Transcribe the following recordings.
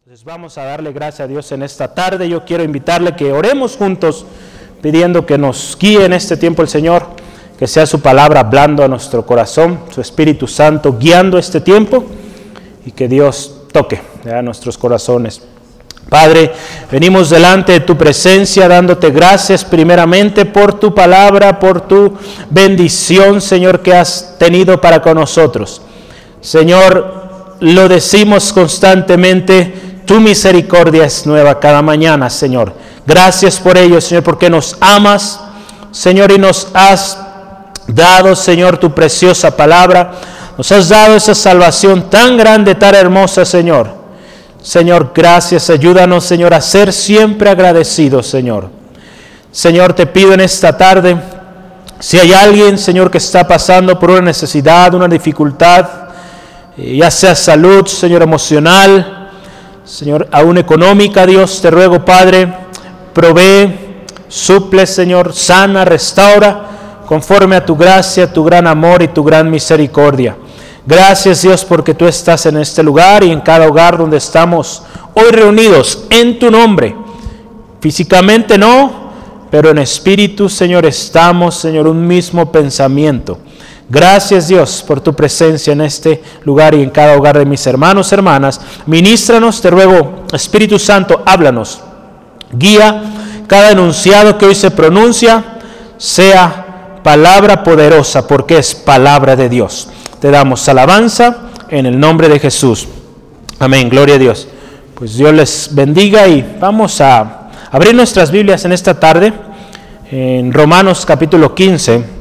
Entonces vamos a darle gracias a Dios en esta tarde. Yo quiero invitarle que oremos juntos, pidiendo que nos guíe en este tiempo el Señor, que sea su palabra hablando a nuestro corazón, su Espíritu Santo guiando este tiempo y que Dios toque a nuestros corazones. Padre, venimos delante de tu presencia dándote gracias primeramente por tu palabra, por tu bendición, Señor, que has tenido para con nosotros. Señor, lo decimos constantemente, tu misericordia es nueva cada mañana, Señor. Gracias por ello, Señor, porque nos amas, Señor, y nos has dado, Señor, tu preciosa palabra. Nos has dado esa salvación tan grande, tan hermosa, Señor. Señor, gracias. Ayúdanos, Señor, a ser siempre agradecidos, Señor. Señor, te pido en esta tarde, si hay alguien, Señor, que está pasando por una necesidad, una dificultad, ya sea salud, Señor, emocional, Señor, aún económica, Dios, te ruego, Padre, provee, suple, Señor, sana, restaura, conforme a tu gracia, tu gran amor y tu gran misericordia. Gracias, Dios, porque tú estás en este lugar y en cada hogar donde estamos hoy reunidos en tu nombre. Físicamente no, pero en espíritu, Señor, estamos, Señor, un mismo pensamiento. Gracias, Dios, por tu presencia en este lugar y en cada hogar de mis hermanos, hermanas. Ministranos, te ruego, Espíritu Santo, háblanos. Guía cada enunciado que hoy se pronuncia, sea palabra poderosa, porque es palabra de Dios. Te damos alabanza en el nombre de Jesús. Amén, gloria a Dios. Pues Dios les bendiga y vamos a abrir nuestras Biblias en esta tarde en Romanos capítulo 15.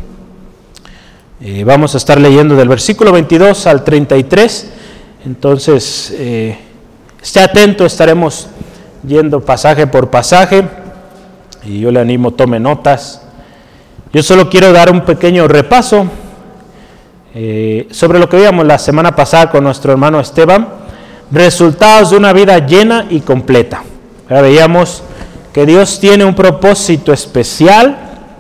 Vamos a estar leyendo del versículo 22 al 33. Entonces, esté atento, estaremos yendo pasaje por pasaje y yo le animo, tome notas. Yo solo quiero dar un pequeño repaso sobre lo que veíamos la semana pasada con nuestro hermano Esteban, resultados de una vida llena y completa. Ahora veíamos que Dios tiene un propósito especial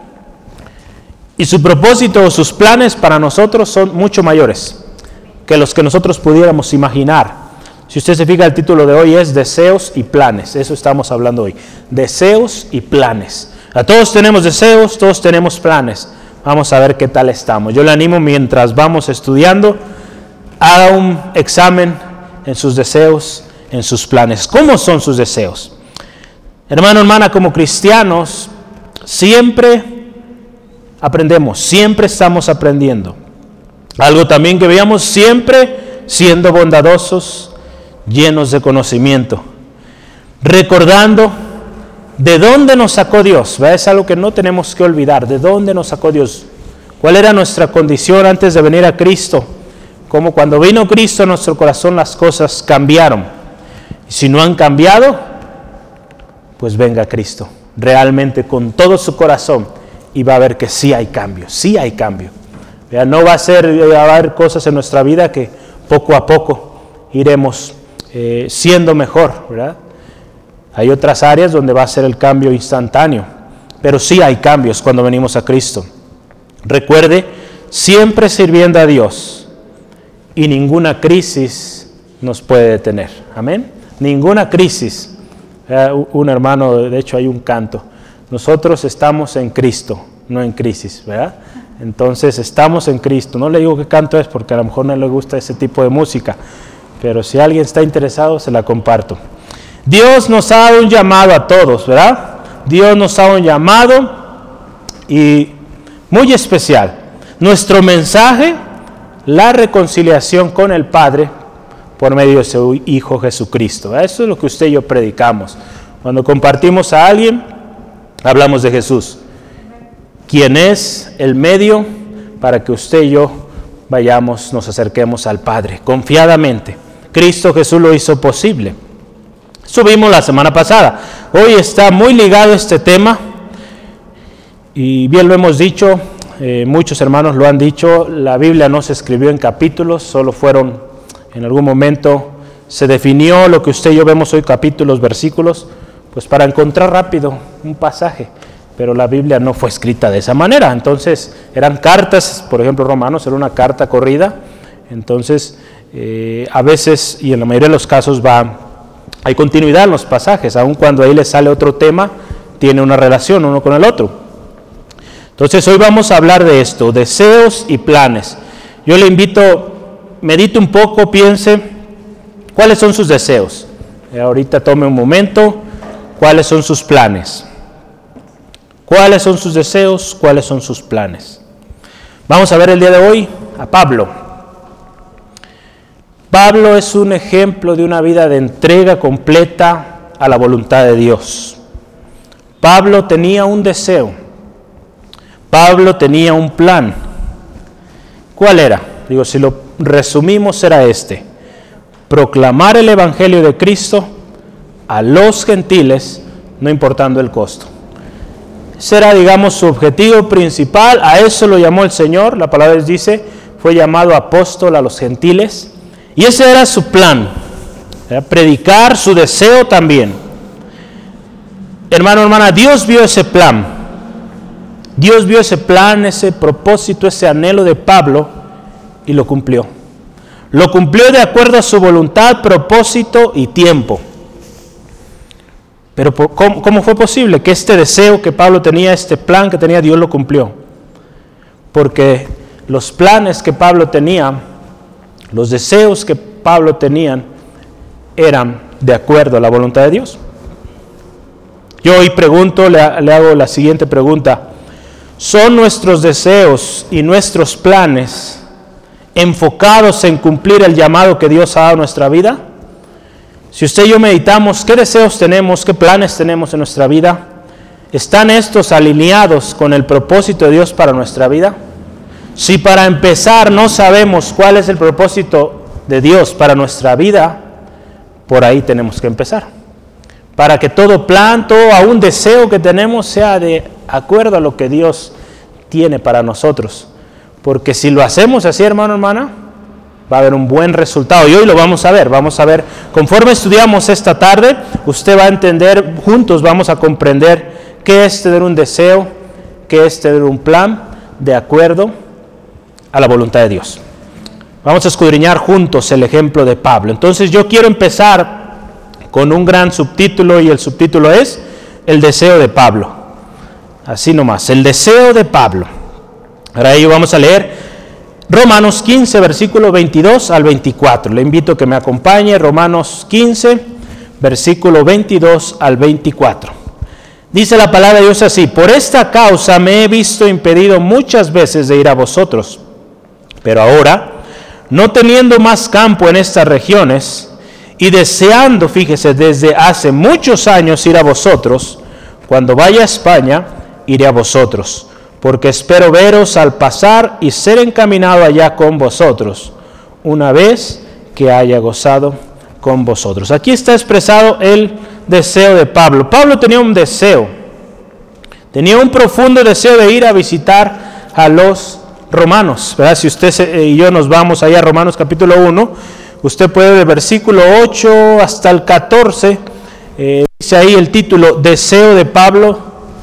y su propósito o sus planes para nosotros son mucho mayores que los que nosotros pudiéramos imaginar. Si usted se fija, el título de hoy es Deseos y Planes. Eso estamos hablando hoy. Deseos y planes. Todos tenemos deseos, todos tenemos planes. Vamos a ver qué tal estamos. Yo le animo, mientras vamos estudiando, haga un examen en sus deseos, en sus planes. ¿Cómo son sus deseos? Hermano, hermana, como cristianos, siempre aprendemos, siempre estamos aprendiendo. Algo también que veamos, siempre siendo bondadosos, llenos de conocimiento, recordando de dónde nos sacó Dios. ¿Verdad? Es algo que no tenemos que olvidar, de dónde nos sacó Dios. ¿Cuál era nuestra condición antes de venir a Cristo? Como cuando vino Cristo a nuestro corazón las cosas cambiaron. Y si no han cambiado, pues venga Cristo, realmente con todo su corazón, y va a ver que sí hay cambio, sí hay cambio. No va a haber cosas en nuestra vida que poco a poco iremos siendo mejor, ¿verdad? Hay otras áreas donde va a ser el cambio instantáneo, pero sí hay cambios cuando venimos a Cristo. Recuerde, siempre sirviendo a Dios y ninguna crisis nos puede detener. Amén. Ninguna crisis. Un hermano, de hecho hay un canto. Nosotros estamos en Cristo, no en crisis, ¿verdad? Entonces estamos en Cristo. No le digo qué canto es porque a lo mejor no le gusta ese tipo de música, pero si alguien está interesado se la comparto. Dios nos ha dado un llamado a todos, ¿verdad? Dios nos ha dado un llamado y muy especial. Nuestro mensaje, la reconciliación con el Padre por medio de su Hijo Jesucristo, ¿verdad? Eso es lo que usted y yo predicamos. Cuando compartimos a alguien, hablamos de Jesús, quien es el medio para que usted y yo vayamos, nos acerquemos al Padre confiadamente. Cristo Jesús lo hizo posible. Subimos la semana pasada. Hoy está muy ligado este tema y bien lo hemos dicho, muchos hermanos lo han dicho, la Biblia no se escribió en capítulos, solo fueron, en algún momento se definió lo que usted y yo vemos hoy, capítulos, versículos, pues para encontrar rápido un pasaje, pero la Biblia no fue escrita de esa manera. Entonces eran cartas, por ejemplo Romanos era una carta corrida, entonces a veces y en la mayoría de los casos va hay continuidad en los pasajes, aun cuando ahí les sale otro tema, tiene una relación uno con el otro. Entonces hoy vamos a hablar de esto, deseos y planes. Yo le invito, medite un poco, piense, ¿cuáles son sus deseos? Ahorita tome un momento, ¿cuáles son sus planes? ¿Cuáles son sus deseos? ¿Cuáles son sus planes? Vamos a ver el día de hoy a Pablo. Pablo es un ejemplo de una vida de entrega completa a la voluntad de Dios. Pablo tenía un deseo. Pablo tenía un plan. ¿Cuál era? Si lo resumimos, era este: proclamar el evangelio de Cristo a los gentiles, no importando el costo. Ese era, su objetivo principal. A eso lo llamó el Señor. La palabra dice, fue llamado apóstol a los gentiles. Y ese era su plan, era predicar, su deseo también. Hermano, hermana, Dios vio ese plan. Dios vio ese plan, ese propósito, ese anhelo de Pablo y lo cumplió. Lo cumplió de acuerdo a su voluntad, propósito y tiempo. Pero ¿cómo fue posible que este deseo que Pablo tenía, este plan que tenía, Dios lo cumplió? Porque los planes que Pablo tenía, los deseos que Pablo tenía, eran de acuerdo a la voluntad de Dios. Yo hoy pregunto, le hago la siguiente pregunta: ¿son nuestros deseos y nuestros planes enfocados en cumplir el llamado que Dios ha dado a nuestra vida? Si usted y yo meditamos, ¿qué deseos tenemos, qué planes tenemos en nuestra vida? ¿Están estos alineados con el propósito de Dios para nuestra vida? Si para empezar no sabemos cuál es el propósito de Dios para nuestra vida, por ahí tenemos que empezar. Para que todo plan, todo aún deseo que tenemos sea de acuerdo a lo que Dios tiene para nosotros. Porque si lo hacemos así, hermano, hermana, va a haber un buen resultado. Y hoy lo vamos a ver. Conforme estudiamos esta tarde, usted va a entender, juntos vamos a comprender qué es tener un deseo, qué es tener un plan de acuerdo a la voluntad de Dios. Vamos a escudriñar juntos el ejemplo de Pablo. Entonces yo quiero empezar con un gran subtítulo, y el subtítulo es el deseo de Pablo. Así nomás, el deseo de Pablo. Para ello vamos a leer Romanos 15, versículo 22 al 24. Le invito a que me acompañe. Romanos 15, versículo 22 al 24. Dice la palabra de Dios así: por esta causa me he visto impedido muchas veces de ir a vosotros. Pero ahora, no teniendo más campo en estas regiones, y deseando, fíjese, desde hace muchos años ir a vosotros, cuando vaya a España, iré a vosotros, porque espero veros al pasar y ser encaminado allá con vosotros, una vez que haya gozado con vosotros. Aquí está expresado el deseo de Pablo. Pablo tenía un deseo, tenía un profundo deseo de ir a visitar a los romanos, ¿verdad? Si usted y yo nos vamos allá a Romanos capítulo 1, usted puede del versículo 8 hasta el 14, dice ahí el título: Deseo de Pablo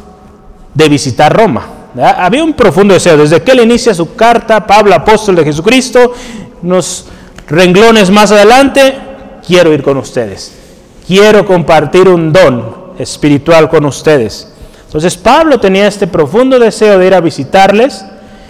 de visitar Roma. ¿Verdad? Había un profundo deseo, desde que él inicia su carta, Pablo, apóstol de Jesucristo, unos renglones más adelante: quiero ir con ustedes, quiero compartir un don espiritual con ustedes. Entonces Pablo tenía este profundo deseo de ir a visitarles,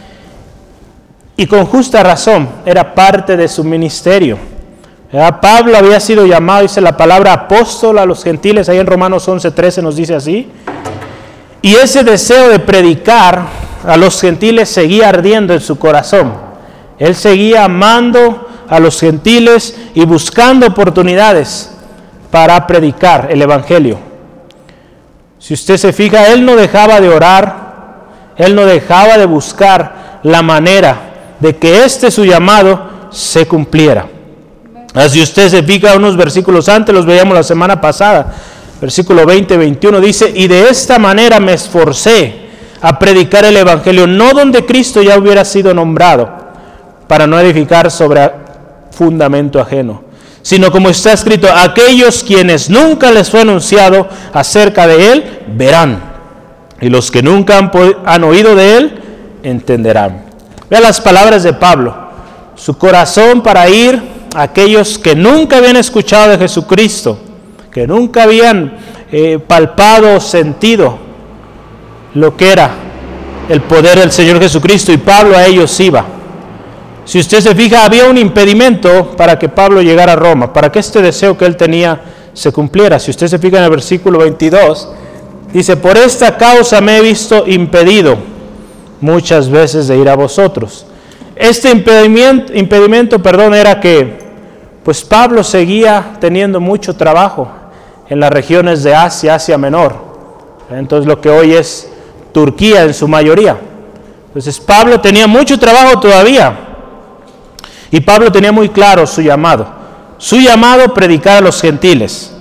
y con justa razón, era parte de su ministerio. Pablo había sido llamado, dice la palabra, apóstol a los gentiles, ahí en Romanos 11:13 nos dice así. Y ese deseo de predicar a los gentiles seguía ardiendo en su corazón. Él seguía amando a los gentiles y buscando oportunidades para predicar el evangelio. Si usted se fija, él no dejaba de orar, él no dejaba de buscar la manera de que su llamado se cumpliera. Si usted se fija unos versículos antes, los veíamos la semana pasada, versículo 20-21, dice: y de esta manera me esforcé a predicar el evangelio, no donde Cristo ya hubiera sido nombrado, para no edificar sobre fundamento ajeno, sino como está escrito: aquellos quienes nunca les fue anunciado acerca de él, verán, y los que nunca han oído de él, entenderán. Vea las palabras de Pablo, su corazón para ir a aquellos que nunca habían escuchado de Jesucristo, que nunca habían palpado o sentido lo que era el poder del Señor Jesucristo, y Pablo a ellos iba. Si usted se fija, había un impedimento para que Pablo llegara a Roma, para que este deseo que él tenía se cumpliera. Si usted se fija en el versículo 22, dice: por esta causa me he visto impedido muchas veces de ir a vosotros. Este impedimento, era que pues Pablo seguía teniendo mucho trabajo en las regiones de Asia, Asia Menor. Entonces lo que hoy es Turquía en su mayoría. Entonces Pablo tenía mucho trabajo todavía. Y Pablo tenía muy claro su llamado. Su llamado, predicar a los gentiles.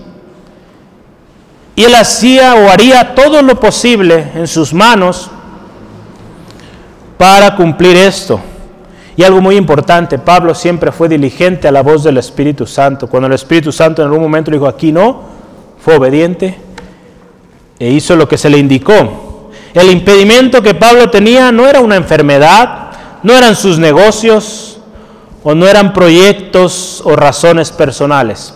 Y él hacía o haría todo lo posible en sus manos para cumplir esto. Y algo muy importante, Pablo siempre fue diligente a la voz del Espíritu Santo. Cuando el Espíritu Santo en algún momento le dijo: aquí no, fue obediente e hizo lo que se le indicó. El impedimento que Pablo tenía no era una enfermedad, no eran sus negocios, o no eran proyectos o razones personales.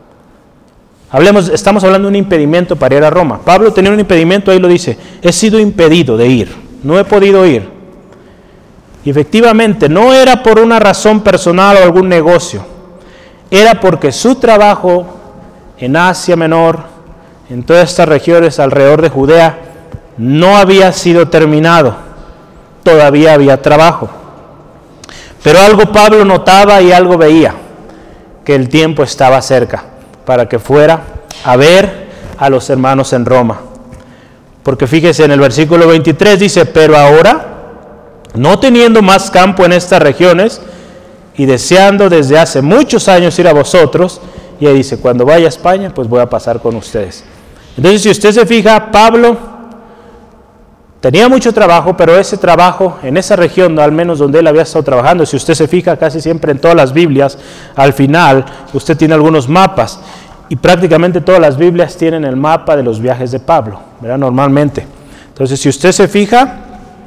Estamos hablando de un impedimento para ir a Roma. Pablo tenía un impedimento, ahí lo dice: he sido impedido de ir, no he podido ir. Y efectivamente, no era por una razón personal o algún negocio, era porque su trabajo en Asia Menor, en todas estas regiones alrededor de Judea, no había sido terminado, todavía había trabajo. Pero algo Pablo notaba y algo veía, que el tiempo estaba cerca para que fuera a ver a los hermanos en Roma. Porque fíjese en el versículo 23 dice: pero ahora, no teniendo más campo en estas regiones y deseando desde hace muchos años ir a vosotros, y ahí dice: cuando vaya a España, pues voy a pasar con ustedes. Entonces, si usted se fija, Pablo tenía mucho trabajo, pero ese trabajo en esa región, al menos donde él había estado trabajando, si usted se fija casi siempre en todas las Biblias, al final usted tiene algunos mapas, y prácticamente todas las Biblias tienen el mapa de los viajes de Pablo, ¿verdad? Normalmente. Entonces, si usted se fija,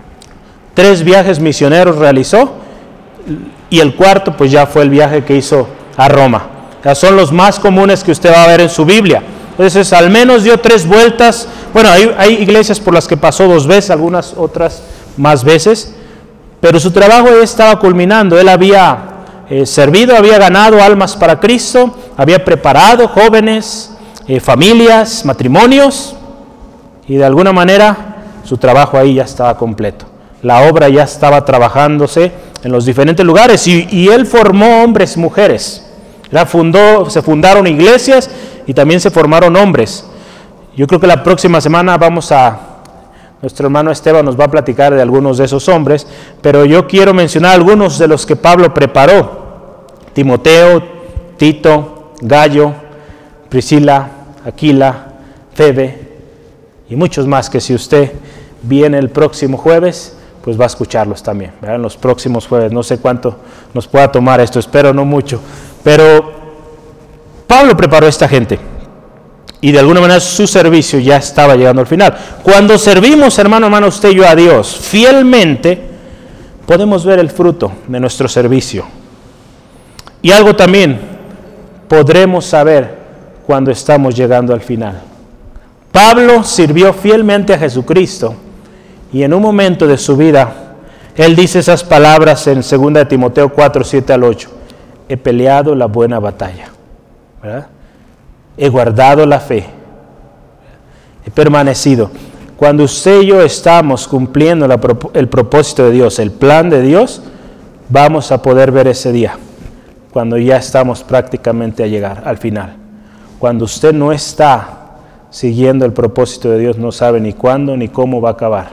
3 viajes misioneros realizó, y el cuarto pues ya fue el viaje que hizo a Roma. O sea, son los más comunes que usted va a ver en su Biblia. Entonces, al menos dio 3 vueltas. Bueno, hay iglesias por las que pasó 2 veces, algunas otras más veces, pero su trabajo ya estaba culminando. Él había servido, había ganado almas para Cristo, había preparado jóvenes, familias, matrimonios, y de alguna manera su trabajo ahí ya estaba completo. La obra ya estaba trabajándose en los diferentes lugares, y él formó hombres y mujeres. Se fundaron iglesias y también se formaron hombres. Yo creo que la próxima semana nuestro hermano Esteban nos va a platicar de algunos de esos hombres, pero yo quiero mencionar algunos de los que Pablo preparó: Timoteo, Tito, Gallo, Priscila, Aquila, Febe y muchos más que si usted viene el próximo jueves, pues va a escucharlos también, ¿verdad? En los próximos jueves. No sé cuánto nos pueda tomar esto, espero no mucho, pero Pablo preparó a esta gente. Y de alguna manera su servicio ya estaba llegando al final. Cuando servimos, hermano, usted y yo, a Dios fielmente, podemos ver el fruto de nuestro servicio. Y algo también, podremos saber cuando estamos llegando al final. Pablo sirvió fielmente a Jesucristo, y en un momento de su vida, él dice esas palabras en 2 de Timoteo 4, 7 al 8. He peleado la buena batalla, ¿verdad? He guardado la fe, he permanecido. Cuando usted y yo estamos cumpliendo el propósito de Dios, el plan de Dios, vamos a poder ver ese día, cuando ya estamos prácticamente a llegar al final. Cuando usted no está siguiendo el propósito de Dios, no sabe ni cuándo ni cómo va a acabar.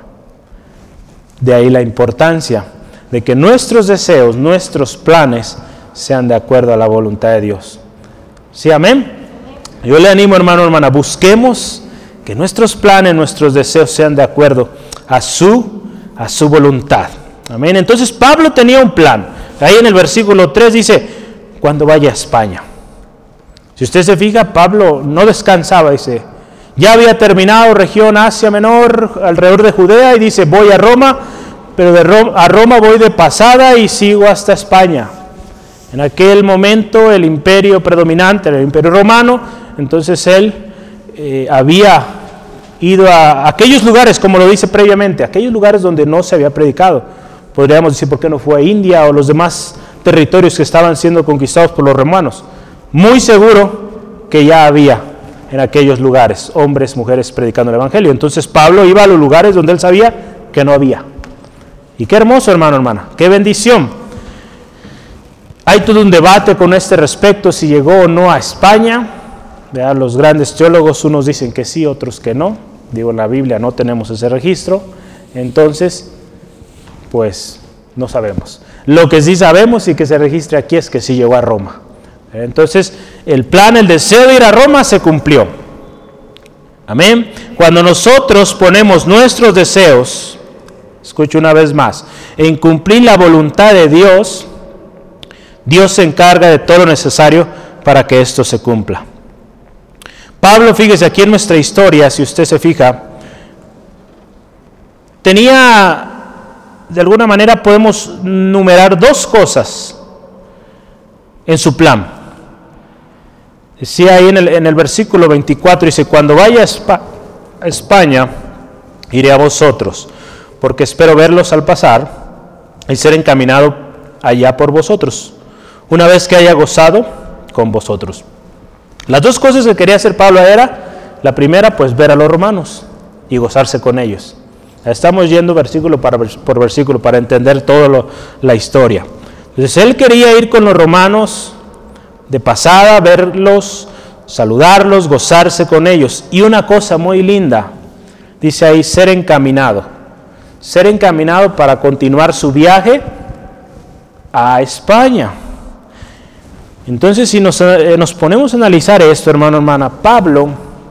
De ahí la importancia de que nuestros deseos, nuestros planes, sean de acuerdo a la voluntad de Dios. ¿Sí, amén? Yo le animo, hermano, hermana, busquemos que nuestros planes, nuestros deseos sean de acuerdo a su voluntad. Amén. Entonces Pablo tenía un plan. Ahí en el versículo 3 dice: cuando vaya a España. Si usted se fija, Pablo no descansaba, dice, ya había terminado región Asia Menor, alrededor de Judea, y dice: voy a Roma, pero a Roma voy de pasada y sigo hasta España. En aquel momento el imperio predominante, el imperio romano, entonces él había ido a aquellos lugares, como lo dice previamente, aquellos lugares donde no se había predicado. Podríamos decir, ¿por qué no fue a India o los demás territorios que estaban siendo conquistados por los romanos? Muy seguro que ya había en aquellos lugares hombres, mujeres predicando el evangelio. Entonces Pablo iba a los lugares donde él sabía que no había. Y qué hermoso, hermano, hermana, qué bendición. Hay todo un debate con este respecto, si llegó o no a España. ¿Verdad? Los grandes teólogos, unos dicen que sí, otros que no. Digo, en la Biblia no tenemos ese registro. Entonces, pues no sabemos. Lo que sí sabemos y que se registra aquí es que sí llegó a Roma. Entonces, el plan, el deseo de ir a Roma se cumplió. Amén. Cuando nosotros ponemos nuestros deseos, escucho una vez más, en cumplir la voluntad de Dios, Dios se encarga de todo lo necesario para que esto se cumpla. Pablo, fíjese, aquí en nuestra historia, si usted se fija, tenía, de alguna manera podemos numerar dos cosas en su plan. Decía ahí en el versículo 24, dice, cuando vaya a España, iré a vosotros, porque espero verlos al pasar y ser encaminado allá por vosotros, una vez que haya gozado con vosotros. Las dos cosas que quería hacer Pablo era, la primera, pues ver a los romanos y gozarse con ellos. Estamos yendo versículo por versículo para entender toda la historia. Entonces él quería ir con los romanos de pasada, verlos, saludarlos, gozarse con ellos. Y una cosa muy linda, dice ahí, ser encaminado para continuar su viaje a España. Entonces, si nos ponemos a analizar esto, hermano, hermana, Pablo,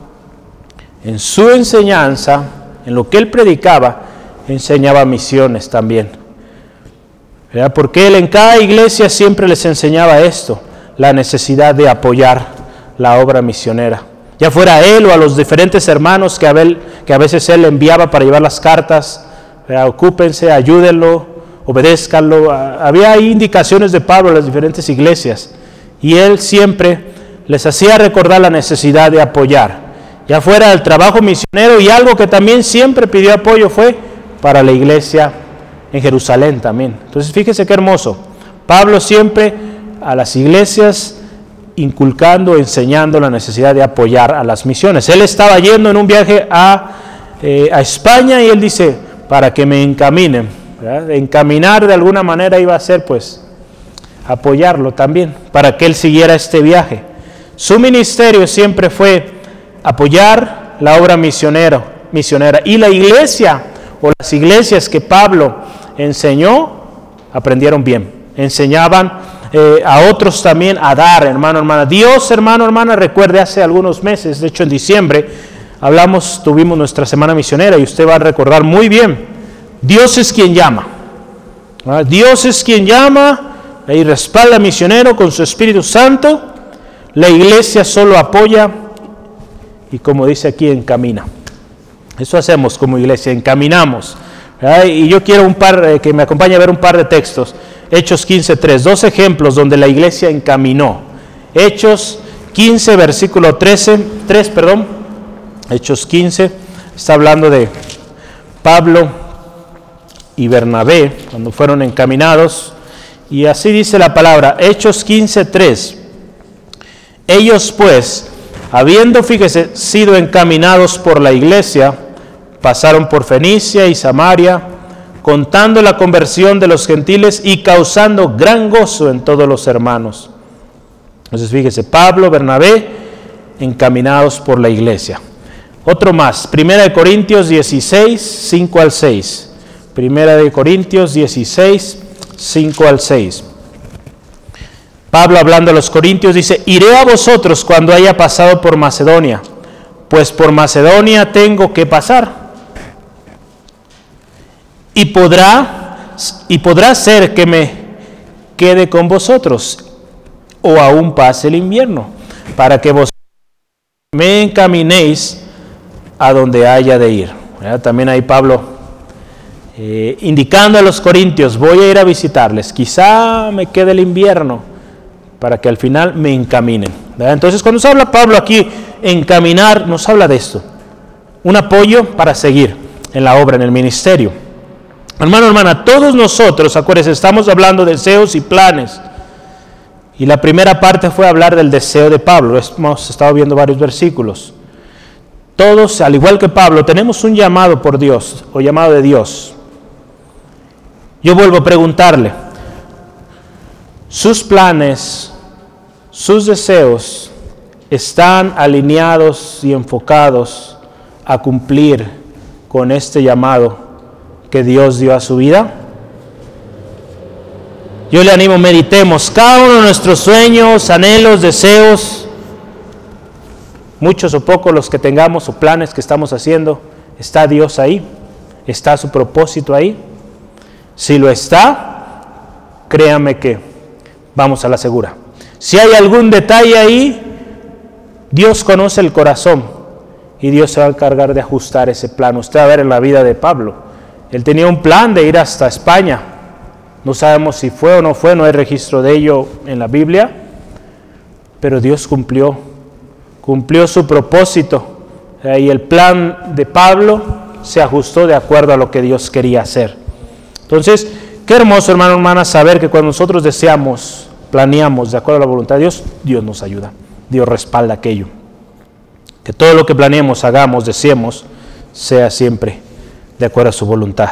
en su enseñanza, en lo que él predicaba, enseñaba misiones también. ¿Verdad? Porque él en cada iglesia siempre les enseñaba esto, la necesidad de apoyar la obra misionera. Ya fuera él o a los diferentes hermanos que a veces él enviaba para llevar las cartas, ¿verdad? Ocúpense, ayúdenlo, obedézcanlo. Había ahí indicaciones de Pablo en las diferentes iglesias. Y él siempre les hacía recordar la necesidad de apoyar, ya fuera el trabajo misionero, y algo que también siempre pidió apoyo fue para la iglesia en Jerusalén también. Entonces fíjese qué hermoso. Pablo siempre a las iglesias inculcando, enseñando la necesidad de apoyar a las misiones. Él estaba yendo en un viaje a España y él dice, para que me encaminen, ¿verdad? Encaminar de alguna manera iba a ser pues apoyarlo también, para que él siguiera este viaje. Su ministerio siempre fue apoyar la obra misionera. Y la iglesia, o las iglesias que Pablo enseñó, aprendieron bien. Enseñaban a otros también a dar, hermano, hermana. Dios, hermano, hermana, recuerde hace algunos meses, de hecho en diciembre, tuvimos nuestra semana misionera y usted va a recordar muy bien. Dios es quien llama. Dios es quien llama. Y respalda al misionero con su Espíritu Santo. La iglesia solo apoya y, como dice aquí, encamina. Eso hacemos como iglesia, encaminamos. ¿Verdad? Y yo quiero que me acompañe a ver un par de textos. Hechos 15:3, dos ejemplos donde la iglesia encaminó. Hechos 15, versículo 3. Hechos 15, está hablando de Pablo y Bernabé cuando fueron encaminados. Y así dice la palabra, Hechos 15:3. Ellos pues, habiendo, fíjese, sido encaminados por la iglesia, pasaron por Fenicia y Samaria, contando la conversión de los gentiles y causando gran gozo en todos los hermanos. Entonces fíjese, Pablo, Bernabé, encaminados por la iglesia. Otro más, 1 Corintios 16, 5 al 6. 1 Corintios 16, 5 al 6. Pablo, hablando a los corintios, dice, iré a vosotros cuando haya pasado por Macedonia, pues por Macedonia tengo que pasar. Y podrá ser que me quede con vosotros, o aún pase el invierno, para que vosotros me encaminéis a donde haya de ir. ¿Verdad? También ahí Pablo indicando a los corintios, voy a ir a visitarles, quizá me quede el invierno, para que al final me encaminen, ¿verdad? Entonces, cuando se habla Pablo aquí, encaminar, nos habla de esto. Un apoyo para seguir en la obra, en el ministerio. Hermano, hermana, todos nosotros, acuérdense, estamos hablando de deseos y planes. Y la primera parte fue hablar del deseo de Pablo. Hemos estado viendo varios versículos. Todos, al igual que Pablo, tenemos un llamado por Dios, o llamado de Dios. Yo vuelvo a preguntarle, ¿sus planes, sus deseos están alineados y enfocados a cumplir con este llamado que Dios dio a su vida? Yo le animo, meditemos cada uno de nuestros sueños, anhelos, deseos, muchos o pocos los que tengamos o planes que estamos haciendo. ¿Está Dios ahí? ¿Está su propósito ahí? Si lo está, créame que vamos a la segura. Si hay algún detalle ahí, Dios conoce el corazón y Dios se va a encargar de ajustar ese plan. Usted va a ver en la vida de Pablo, él tenía un plan de ir hasta España. No sabemos si fue o no fue, no hay registro de ello en la Biblia, pero Dios cumplió su propósito, y el plan de Pablo se ajustó de acuerdo a lo que Dios quería hacer. Entonces, qué hermoso, hermano, hermana, saber que cuando nosotros deseamos, planeamos de acuerdo a la voluntad de Dios, Dios nos ayuda, Dios respalda aquello. Que todo lo que planeemos, hagamos, deseemos, sea siempre de acuerdo a su voluntad.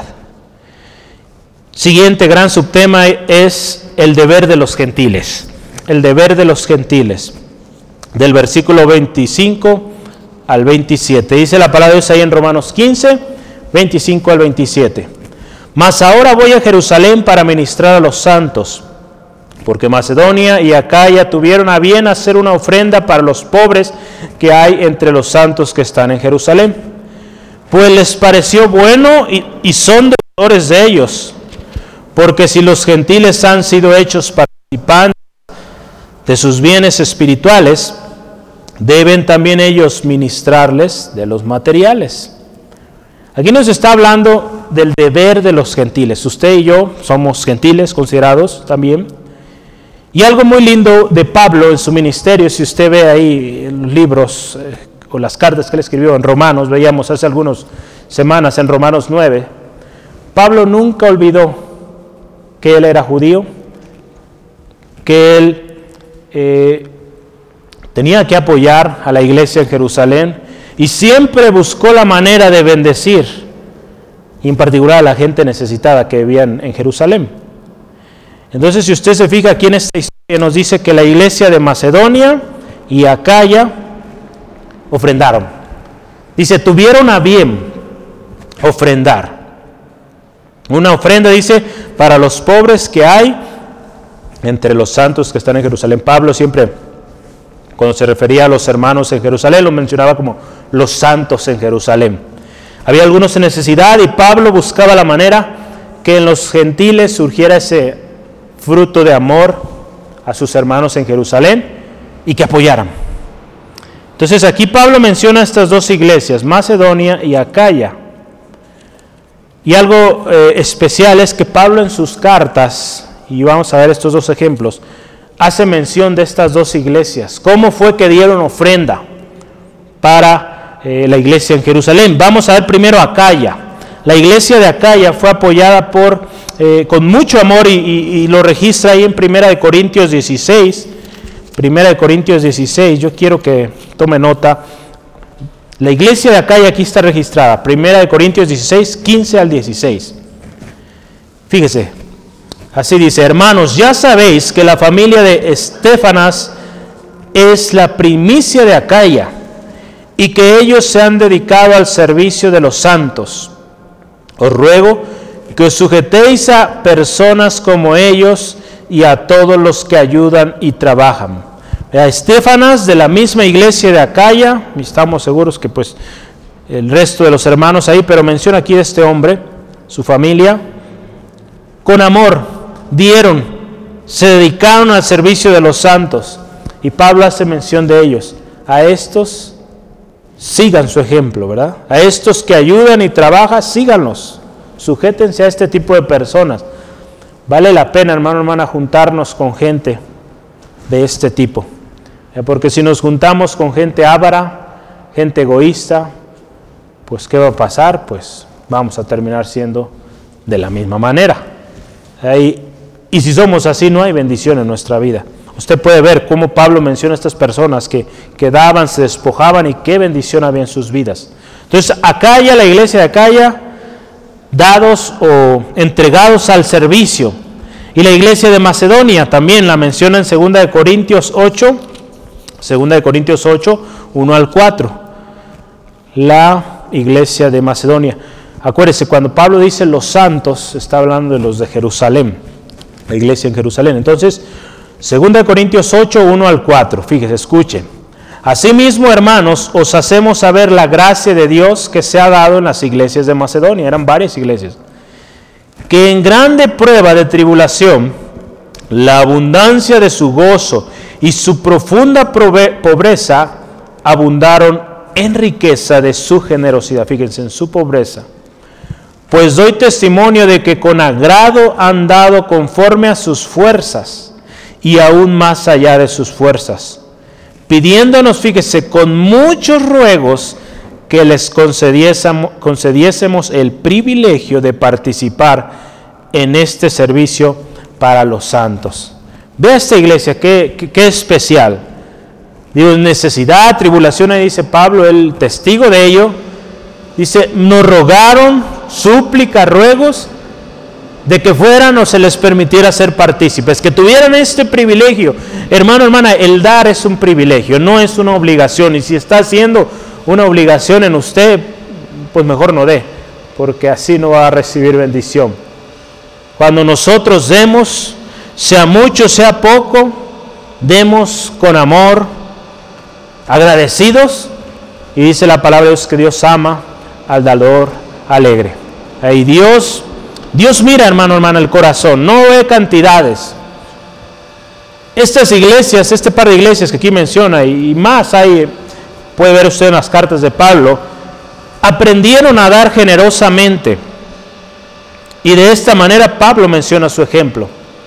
Siguiente gran subtema es el deber de los gentiles. El deber de los gentiles. Del versículo 25 al 27. Dice la palabra de Dios ahí en Romanos 15, 25 al 27. Mas ahora voy a Jerusalén para ministrar a los santos, porque Macedonia y Acaya tuvieron a bien hacer una ofrenda para los pobres que hay entre los santos que están en Jerusalén. Pues les pareció bueno y son deudores de ellos. Porque si los gentiles han sido hechos participantes de sus bienes espirituales, deben también ellos ministrarles de los materiales. Aquí nos está hablando del deber de los gentiles. Usted y yo somos gentiles considerados también. Y algo muy lindo de Pablo en su ministerio, si usted ve ahí en los libros o las cartas que él escribió en Romanos, veíamos hace algunas semanas en Romanos 9, Pablo nunca olvidó que él era judío, que él tenía que apoyar a la iglesia en Jerusalén y siempre buscó la manera de bendecir, y en particular a la gente necesitada que vivían en Jerusalén. Entonces, si usted se fija aquí en esta historia, nos dice que la iglesia de Macedonia y Acaya ofrendaron. Dice, tuvieron a bien ofrendar. Una ofrenda, dice, para los pobres que hay entre los santos que están en Jerusalén. Pablo siempre, cuando se refería a los hermanos en Jerusalén, lo mencionaba como los santos en Jerusalén. Había algunos en necesidad y Pablo buscaba la manera que en los gentiles surgiera ese fruto de amor a sus hermanos en Jerusalén y que apoyaran. Entonces aquí Pablo menciona estas dos iglesias, Macedonia y Acaya. Y algo especial es que Pablo en sus cartas, y vamos a ver estos dos ejemplos, hace mención de estas dos iglesias. ¿Cómo fue que dieron ofrenda para la iglesia en Jerusalén? Vamos a ver primero Acaya. La iglesia de Acaya fue apoyada con mucho amor y lo registra ahí en 1 Corintios 16. 1 Corintios 16, yo quiero que tome nota. La iglesia de Acaya aquí está registrada, 1 Corintios 16, 15 al 16. Fíjese, así dice: hermanos, ya sabéis que la familia de Estéfanas es la primicia de Acaya y que ellos se han dedicado al servicio de los santos. Os ruego que os sujetéis a personas como ellos y a todos los que ayudan y trabajan. A Estéfanas, de la misma iglesia de Acaya, y estamos seguros que pues el resto de los hermanos ahí, pero menciona aquí de este hombre, su familia, con amor dieron, se dedicaron al servicio de los santos, y Pablo hace mención de ellos. A estos sigan su ejemplo, ¿verdad? A estos que ayudan y trabajan, síganlos, sujétense a este tipo de personas. Vale la pena, hermano, hermana, juntarnos con gente de este tipo. Porque si nos juntamos con gente avara, gente egoísta, pues ¿qué va a pasar? Pues vamos a terminar siendo de la misma manera. Y si somos así, no hay bendición en nuestra vida. Usted puede ver cómo Pablo menciona a estas personas que daban, se despojaban y qué bendición había en sus vidas. Entonces, Acaya, la iglesia de Acaya, dados o entregados al servicio. Y la iglesia de Macedonia también la menciona en 2 Corintios 8, 1 al 4. La iglesia de Macedonia. Acuérdese, cuando Pablo dice los santos, está hablando de los de Jerusalén, la iglesia en Jerusalén. Entonces, 2 Corintios 8, 1 al 4, fíjese, escuchen. Asimismo, hermanos, os hacemos saber la gracia de Dios que se ha dado en las iglesias de Macedonia, eran varias iglesias, que en grande prueba de tribulación, la abundancia de su gozo y su profunda pobreza abundaron en riqueza de su generosidad. Fíjense, en su pobreza. Pues doy testimonio de que con agrado han dado conforme a sus fuerzas y aún más allá de sus fuerzas, pidiéndonos, fíjese, con muchos ruegos que les concediésemos el privilegio de participar en este servicio para los santos. Ve esta iglesia, qué especial. Digo, necesidad, tribulación, ahí dice Pablo, el testigo de ello. Dice, nos rogaron, súplica, ruegos, de que fueran o se les permitiera ser partícipes, que tuvieran este privilegio. Hermano, hermana, el dar es un privilegio, no es una obligación. Y si está haciendo una obligación en usted, pues mejor no dé, porque así no va a recibir bendición. Cuando nosotros demos, sea mucho, sea poco, demos con amor, agradecidos. Y dice la palabra de Dios que Dios ama al dador alegre. Y Dios mira, hermano, hermana, el corazón, no ve cantidades. Estas iglesias, este par de iglesias que aquí menciona, y más hay, puede ver usted en las cartas de Pablo, aprendieron a dar generosamente. Y de esta manera Pablo menciona su ejemplo.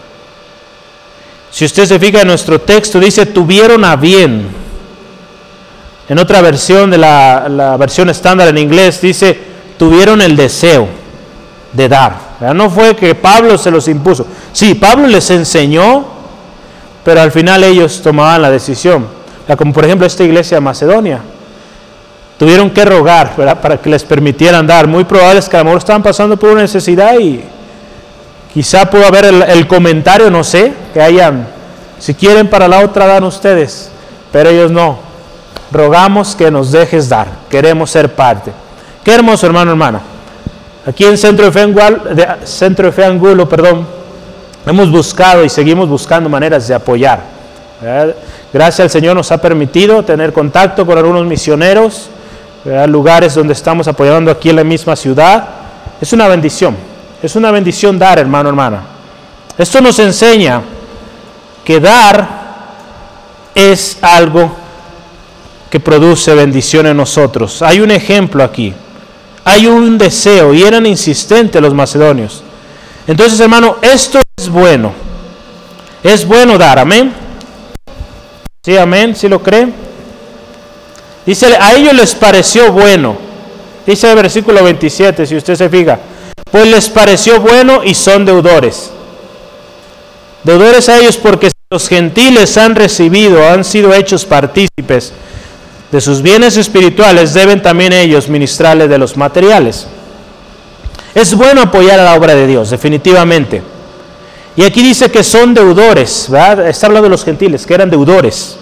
Si usted se fija en nuestro texto, dice, tuvieron a bien. En otra versión de la versión estándar en inglés, dice, tuvieron el deseo de dar. No fue que Pablo se los impuso. Sí, Pablo les enseñó, pero al final ellos tomaban la decisión. Como por ejemplo esta iglesia de Macedonia. Tuvieron que rogar, ¿verdad?, para que les permitieran dar. Muy probable es que a lo mejor estaban pasando por una necesidad y quizá pudo haber el comentario, no sé, que hayan, si quieren para la otra dan ustedes, pero ellos no. Rogamos que nos dejes dar, queremos ser parte. Qué hermoso, hermano, hermana. Aquí en Centro de Fe Angulo, hemos buscado y seguimos buscando maneras de apoyar. ¿Verdad? Gracias al Señor nos ha permitido tener contacto con algunos misioneros, ¿verdad?, lugares donde estamos apoyando aquí en la misma ciudad. Es una bendición dar, hermano, hermana. Esto nos enseña que dar es algo que produce bendición en nosotros. Hay un ejemplo aquí. Hay un deseo y eran insistentes los macedonios. Entonces, hermano, esto es bueno. Es bueno dar, amén. Sí, amén, ¿sí lo creen? Dice, a ellos les pareció bueno. Dice el versículo 27, si usted se fija. Pues les pareció bueno y son deudores. Deudores a ellos porque los gentiles han recibido, han sido hechos partícipes de sus bienes espirituales, deben también ellos ministrarles de los materiales. Es bueno apoyar a la obra de Dios, definitivamente. Y aquí dice que son deudores, ¿verdad? Está hablando de los gentiles, que eran deudores.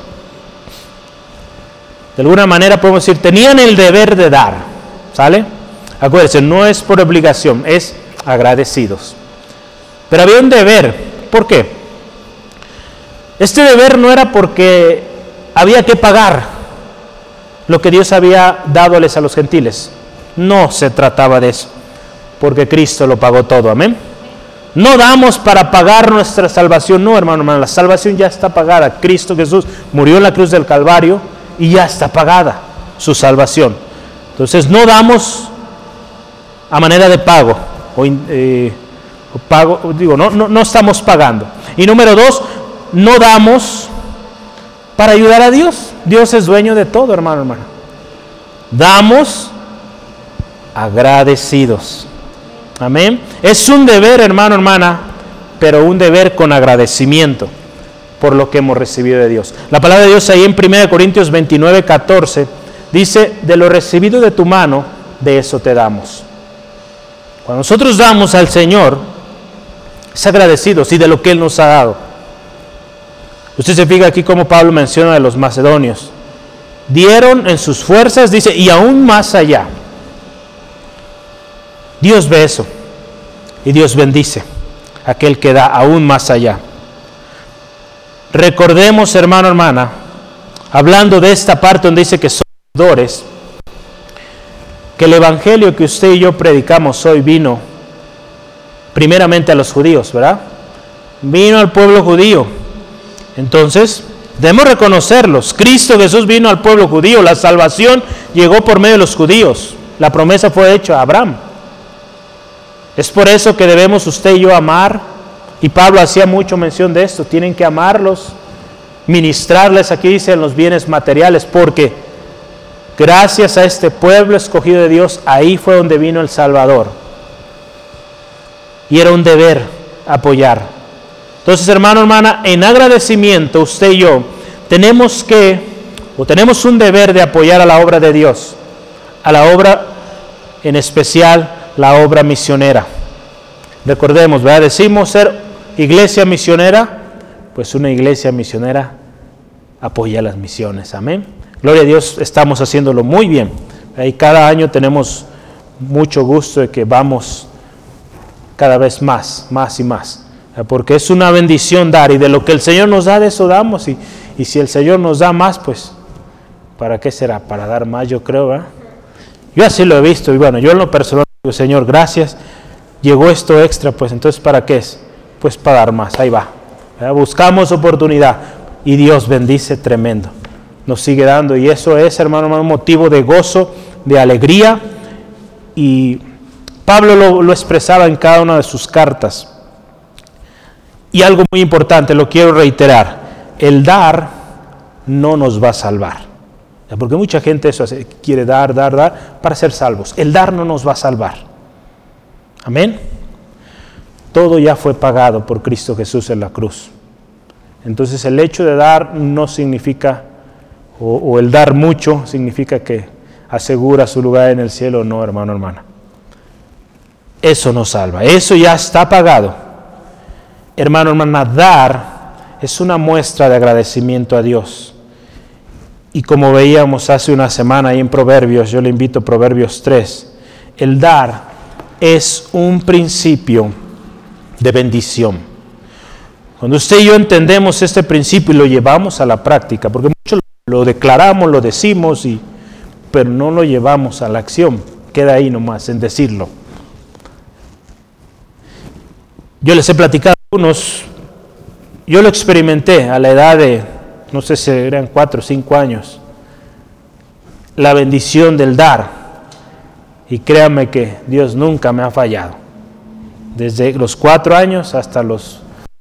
De alguna manera podemos decir, tenían el deber de dar, ¿sale? Acuérdense, no es por obligación, es agradecidos. Pero había un deber, ¿por qué? Este deber no era porque había que pagar lo que Dios había dadoles a los gentiles. No se trataba de eso, porque Cristo lo pagó todo, amén. No damos para pagar nuestra salvación, no, hermano, la salvación ya está pagada. Cristo Jesús murió en la cruz del Calvario y ya está pagada su salvación. Entonces no damos a manera de pago, no estamos pagando. Y número 2, no damos para ayudar a Dios. Dios es dueño de todo, hermano, hermana. Damos agradecidos. Amén. Es un deber, hermano, hermana, pero un deber con agradecimiento por lo que hemos recibido de Dios. La palabra de Dios ahí en 1 Corintios 29, 14 dice: de lo recibido de tu mano, de eso te damos. Cuando nosotros damos al Señor, es agradecidos y de lo que Él nos ha dado. Usted se fija aquí como Pablo menciona de los macedonios. Dieron en sus fuerzas, dice, y aún más allá. Dios ve eso. Y Dios bendice a aquel que da aún más allá. Recordemos, hermano, hermana, hablando de esta parte donde dice que somos deudores, que el evangelio que usted y yo predicamos hoy vino primeramente a los judíos, ¿verdad? Vino al pueblo judío. Entonces, debemos reconocerlos. Cristo Jesús vino al pueblo judío. La salvación llegó por medio de los judíos. La promesa fue hecha a Abraham. Es por eso que debemos usted y yo amar. Y Pablo hacía mucho mención de esto. Tienen que amarlos, ministrarles, aquí dicen, los bienes materiales, porque gracias a este pueblo escogido de Dios, ahí fue donde vino el Salvador. Y era un deber apoyar. Entonces, hermano, hermana, en agradecimiento, usted y yo tenemos un deber de apoyar a la obra de Dios, a la obra, en especial, la obra misionera. Recordemos, ¿verdad? Decimos ser iglesia misionera, pues una iglesia misionera apoya las misiones. Amén. Gloria a Dios, estamos haciéndolo muy bien. Y cada año tenemos mucho gusto de que vamos cada vez más y más. Porque es una bendición dar, y de lo que el Señor nos da, de eso damos. Y si el Señor nos da más, pues, ¿para qué será? Para dar más, yo creo, ¿verdad? Yo así lo he visto, y bueno, yo en lo personal digo, Señor, gracias, llegó esto extra, pues entonces ¿para qué es? Pues para dar más, ahí va. ¿Verdad? Buscamos oportunidad, y Dios bendice tremendo. Nos sigue dando, y eso es, hermano, un motivo de gozo, de alegría, y Pablo lo expresaba en cada una de sus cartas. Y algo muy importante, lo quiero reiterar: el dar no nos va a salvar. Porque mucha gente eso hace, quiere dar para ser salvos. El dar no nos va a salvar. Amén. Todo ya fue pagado por Cristo Jesús en la cruz. Entonces el hecho de dar no significa, o el dar mucho significa que asegura su lugar en el cielo. No, hermano, hermana. Eso no salva. Eso ya está pagado. Hermano, hermana, dar es una muestra de agradecimiento a Dios. Y como veíamos hace una semana ahí en Proverbios, yo le invito a Proverbios 3, el dar es un principio de bendición. Cuando usted y yo entendemos este principio y lo llevamos a la práctica, porque muchos lo declaramos, lo decimos, pero no lo llevamos a la acción, queda ahí nomás en decirlo. Yo les he platicado yo lo experimenté a la edad de, no sé si eran 4 o 5 años, la bendición del dar, y créanme que Dios nunca me ha fallado, desde los 4 años hasta los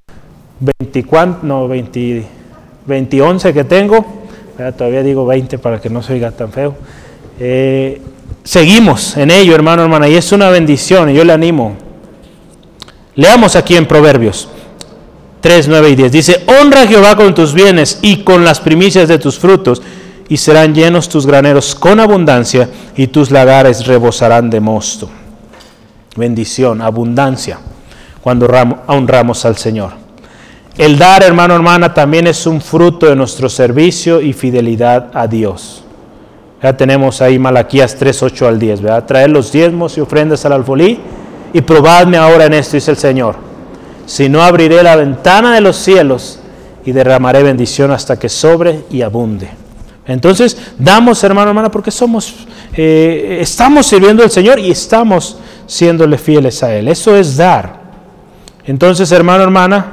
11 que tengo, todavía digo 20 para que no se oiga tan feo, seguimos en ello, hermano, hermana, y es una bendición, y yo le animo. Leamos aquí en Proverbios 3, 9 y 10. Dice: honra a Jehová con tus bienes y con las primicias de tus frutos, y serán llenos tus graneros con abundancia, y tus lagares rebosarán de mosto. Bendición, abundancia, cuando honramos al Señor. El dar, hermano, hermana, también es un fruto de nuestro servicio y fidelidad a Dios. Ya tenemos ahí Malaquías 3, 8 al 10, ¿verdad? Traed los diezmos y ofrendas al alfolí, y probadme ahora en esto, dice el Señor. Si no, abriré la ventana de los cielos y derramaré bendición hasta que sobre y abunde. Entonces, damos, hermano, hermana, porque estamos sirviendo al Señor y estamos siéndole fieles a Él. Eso es dar. Entonces, hermano, hermana,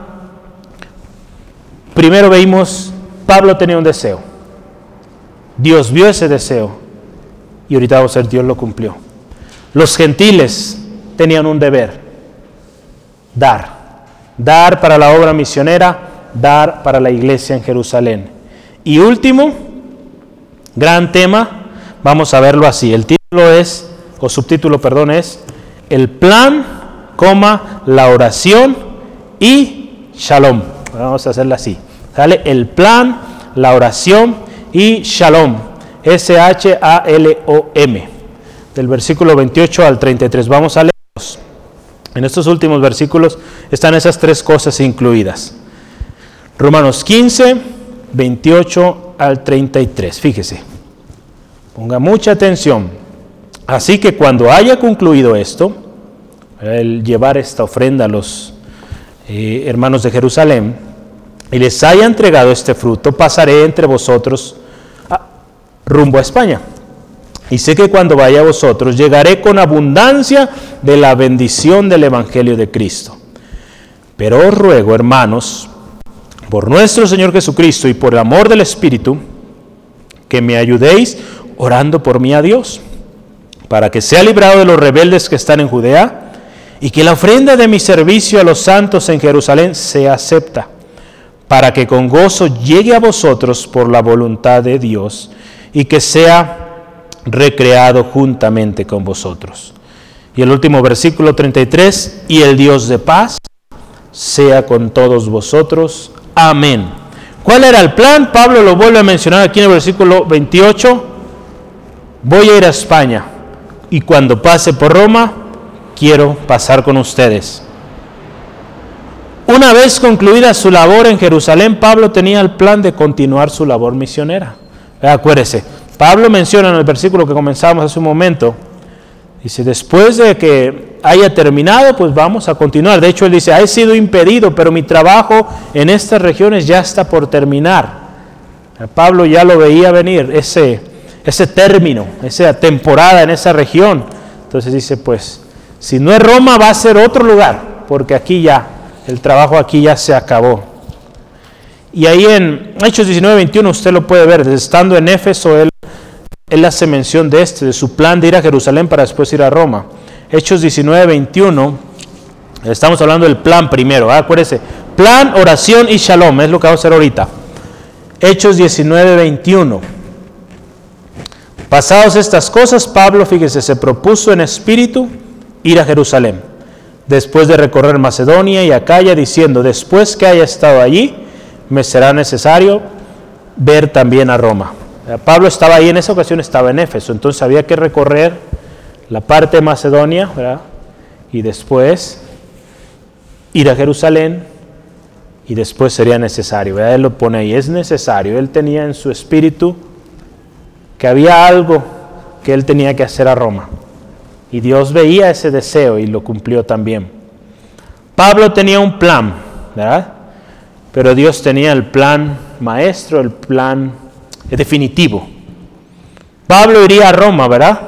primero veimos, Pablo tenía un deseo. Dios vio ese deseo y ahorita vamos a ver, Dios lo cumplió. Los gentiles tenían un deber: dar para la obra misionera, dar para la iglesia en Jerusalén. Y último, gran tema, vamos a verlo así. El título es, o subtítulo, perdón, es el plan, la oración y shalom. Vamos a hacerla así. ¿Sale? El plan, la oración y shalom. S-H-A-L-O-M. Del versículo 28 al 33. Vamos a leerlos. En estos últimos versículos están esas tres cosas incluidas. Romanos 15, 28 al 33. Fíjese. Ponga mucha atención. Así que cuando haya concluido esto, el llevar esta ofrenda a los hermanos de Jerusalén, y les haya entregado este fruto, pasaré entre vosotros rumbo a España. Y sé que cuando vaya a vosotros, llegaré con abundancia de la bendición del Evangelio de Cristo. Pero os ruego, hermanos, por nuestro Señor Jesucristo y por el amor del Espíritu, que me ayudéis orando por mí a Dios, para que sea librado de los rebeldes que están en Judea, y que la ofrenda de mi servicio a los santos en Jerusalén sea acepta, para que con gozo llegue a vosotros por la voluntad de Dios, y que sea recreado juntamente con vosotros. Y el último versículo 33, y el Dios de paz sea con todos vosotros. Amén. ¿Cuál era el plan? Pablo lo vuelve a mencionar aquí en el versículo 28. Voy a ir a España, y cuando pase por Roma, quiero pasar con ustedes. Una vez concluida su labor en Jerusalén, Pablo tenía el plan de continuar su labor misionera. Acuérdese, Pablo menciona en el versículo que comenzamos hace un momento, dice, después de que haya terminado, pues vamos a continuar. De hecho, él dice, he sido impedido, pero mi trabajo en estas regiones ya está por terminar. Pablo ya lo veía venir, ese término, esa temporada en esa región. Entonces dice, pues, si no es Roma, va a ser otro lugar, porque aquí ya, el trabajo aquí ya se acabó. Y ahí en Hechos 19:21 usted lo puede ver, estando en Éfeso, él hace mención de su plan de ir a Jerusalén para después ir a Roma. Hechos 19:21, estamos hablando del plan primero, acuérdese, plan, oración y shalom, es lo que vamos a hacer ahorita. Hechos 19:21. Pasadas estas cosas, Pablo, fíjese, se propuso en espíritu ir a Jerusalén, después de recorrer Macedonia y Acaya, diciendo, después que haya estado allí, me será necesario ver también a Roma. Pablo estaba ahí, en esa ocasión estaba en Éfeso, entonces había que recorrer la parte de Macedonia, ¿verdad? Y después ir a Jerusalén, y después sería necesario, ¿verdad? Él lo pone ahí, es necesario. Él tenía en su espíritu que había algo que él tenía que hacer a Roma, y Dios veía ese deseo y lo cumplió también. Pablo tenía un plan, ¿verdad? Pero Dios tenía el plan maestro, el plan definitivo. Pablo iría a Roma, ¿verdad?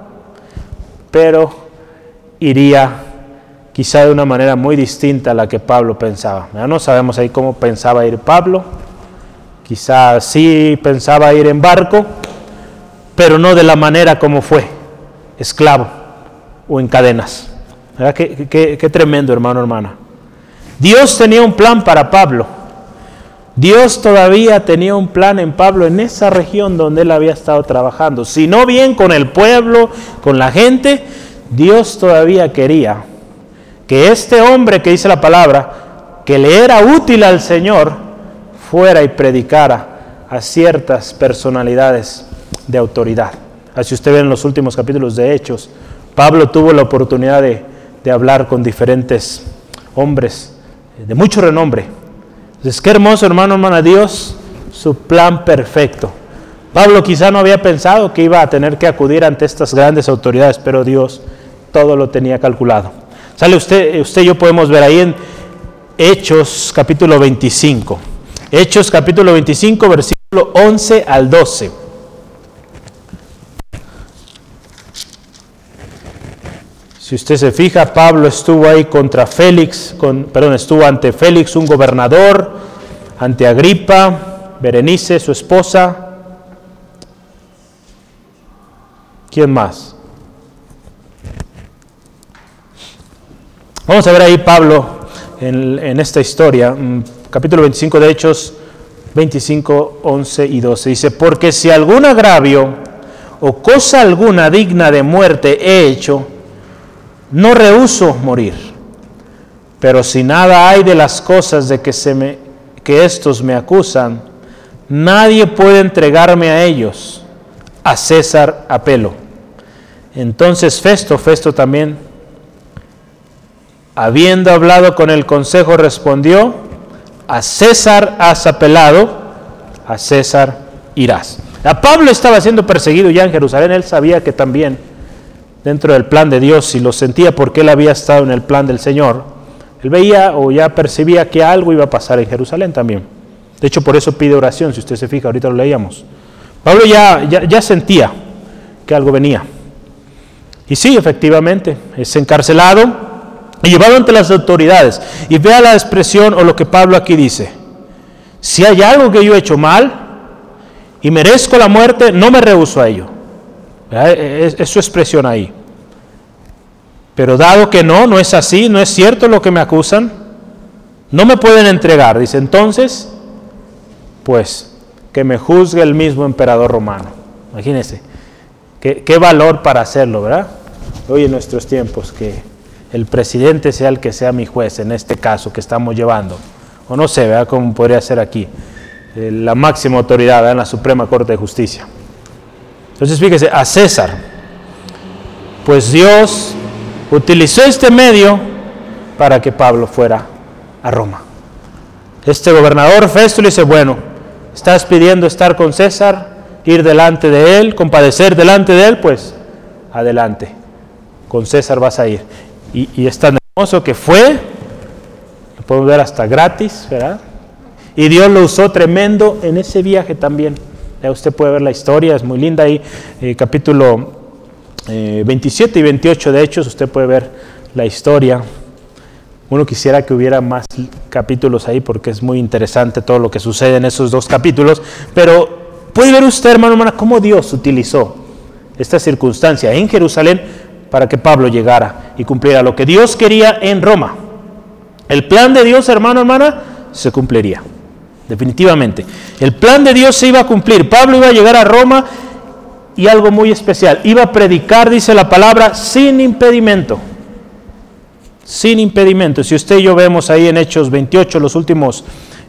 Pero iría quizá de una manera muy distinta a la que Pablo pensaba. ¿Verdad? No sabemos ahí cómo pensaba ir Pablo. Quizá sí pensaba ir en barco, pero no de la manera como fue, esclavo o en cadenas. ¿Verdad? Qué tremendo, hermano, hermana. Dios tenía un plan para Pablo. Dios todavía tenía un plan en Pablo en esa región donde él había estado trabajando. Si no bien con el pueblo, con la gente, Dios todavía quería que este hombre que dice la palabra, que le era útil al Señor, fuera y predicara a ciertas personalidades de autoridad. Así usted ve en los últimos capítulos de Hechos, Pablo tuvo la oportunidad de hablar con diferentes hombres de mucho renombre. Entonces, qué hermoso, hermano, hermana, Dios, su plan perfecto. Pablo quizá no había pensado que iba a tener que acudir ante estas grandes autoridades, pero Dios todo lo tenía calculado. Sale usted y yo podemos ver ahí en Hechos capítulo 25. Hechos capítulo 25, versículo 11 al 12. Si usted se fija, Pablo estuvo ahí estuvo ante Félix, un gobernador, ante Agripa, Berenice, su esposa. ¿Quién más? Vamos a ver ahí Pablo en esta historia, capítulo 25 de Hechos, 25, 11 y 12. Dice, porque si algún agravio o cosa alguna digna de muerte he hecho, no rehúso morir. Pero si nada hay de las cosas de que estos me acusan, nadie puede entregarme a ellos. A César apelo. Entonces Festo también, habiendo hablado con el consejo, respondió, a César has apelado, a César irás. A Pablo estaba siendo perseguido ya en Jerusalén. Él sabía que también dentro del plan de Dios, y lo sentía porque él había estado en el plan del Señor, él veía o ya percibía que algo iba a pasar en Jerusalén también. De hecho, por eso pide oración, si usted se fija, ahorita lo leíamos. Pablo ya sentía que algo venía. Y sí, efectivamente, es encarcelado y llevado ante las autoridades. Y vea la expresión o lo que Pablo aquí dice. Si hay algo que yo he hecho mal y merezco la muerte, no me rehúso a ello. Es su expresión ahí. Pero dado que no es así, no es cierto lo que me acusan, no me pueden entregar. Dice, entonces, pues, que me juzgue el mismo emperador romano. Imagínense, qué valor para hacerlo, ¿verdad? Hoy en nuestros tiempos, que el presidente sea el que sea mi juez, en este caso que estamos llevando. O no sé, ¿verdad? Cómo podría ser aquí. La máxima autoridad, ¿verdad? En la Suprema Corte de Justicia. Entonces, fíjese, a César, pues Dios utilizó este medio para que Pablo fuera a Roma. Este gobernador Festo le dice, bueno, estás pidiendo estar con César, ir delante de él, compadecer delante de él, pues adelante, con César vas a ir. Y es tan hermoso que fue, lo podemos ver hasta gratis, ¿verdad? Y Dios lo usó tremendo en ese viaje también. Ya usted puede ver la historia, es muy linda ahí, capítulo 27 y 28 de Hechos, usted puede ver la historia. Uno quisiera que hubiera más capítulos ahí porque es muy interesante todo lo que sucede en esos dos capítulos, pero puede ver usted, hermana, cómo Dios utilizó esta circunstancia en Jerusalén para que Pablo llegara y cumpliera lo que Dios quería en Roma. El plan de Dios, hermana, se cumpliría, definitivamente. El plan de Dios se iba a cumplir. Pablo iba a llegar a Roma y algo muy especial, iba a predicar, dice la palabra, sin impedimento. Sin impedimento. Si usted y yo vemos ahí en Hechos 28, los últimos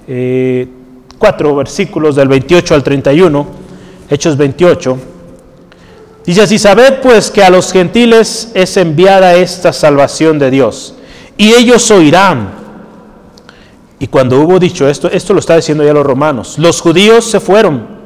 4 versículos del 28 al 31, Hechos 28, dice así, sabed pues que a los gentiles es enviada esta salvación de Dios, y ellos oirán. Y cuando hubo dicho esto lo está diciendo ya los romanos, los judíos se fueron.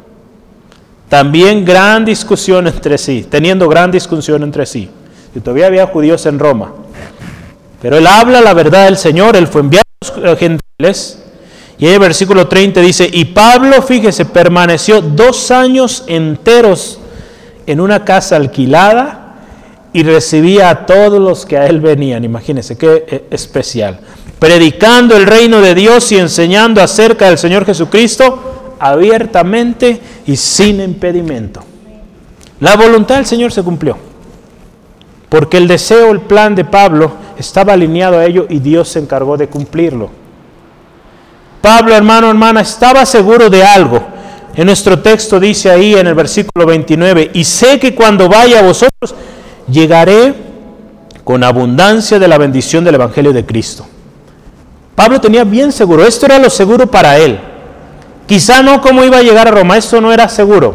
También gran discusión entre sí, teniendo gran discusión entre sí. Y todavía había judíos en Roma. Pero él habla la verdad del Señor, él fue enviado a los gentiles. Y ahí el versículo 30 dice, y Pablo, fíjese, permaneció 2 años enteros en una casa alquilada y recibía a todos los que a él venían. Imagínense qué especial. Predicando el reino de Dios y enseñando acerca del Señor Jesucristo abiertamente y sin impedimento. La voluntad del Señor se cumplió. Porque el deseo, el plan de Pablo estaba alineado a ello y Dios se encargó de cumplirlo. Pablo, hermana, estaba seguro de algo. En nuestro texto dice ahí en el versículo 29, y sé que cuando vaya a vosotros, llegaré con abundancia de la bendición del Evangelio de Cristo. Pablo tenía bien seguro, esto era lo seguro para él. Quizá no cómo iba a llegar a Roma, esto no era seguro.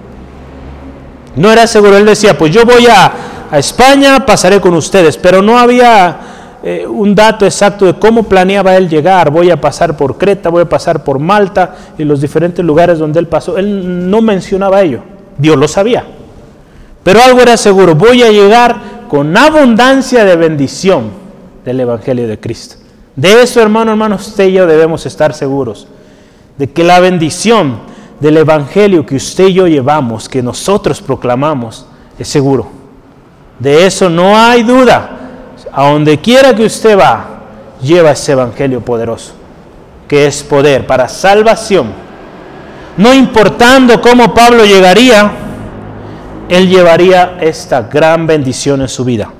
No era seguro, él decía, pues yo voy a España, pasaré con ustedes, pero no había un dato exacto de cómo planeaba él llegar. Voy a pasar por Creta, voy a pasar por Malta y los diferentes lugares donde él pasó. Él no mencionaba ello, Dios lo sabía. Pero algo era seguro, voy a llegar con abundancia de bendición del Evangelio de Cristo. De eso, hermano, usted y yo debemos estar seguros, de que la bendición del Evangelio que usted y yo llevamos, que nosotros proclamamos, es seguro. De eso no hay duda. A donde quiera que usted va, lleva ese Evangelio poderoso, que es poder para salvación. No importando cómo Pablo llegaría, él llevaría esta gran bendición en su vida.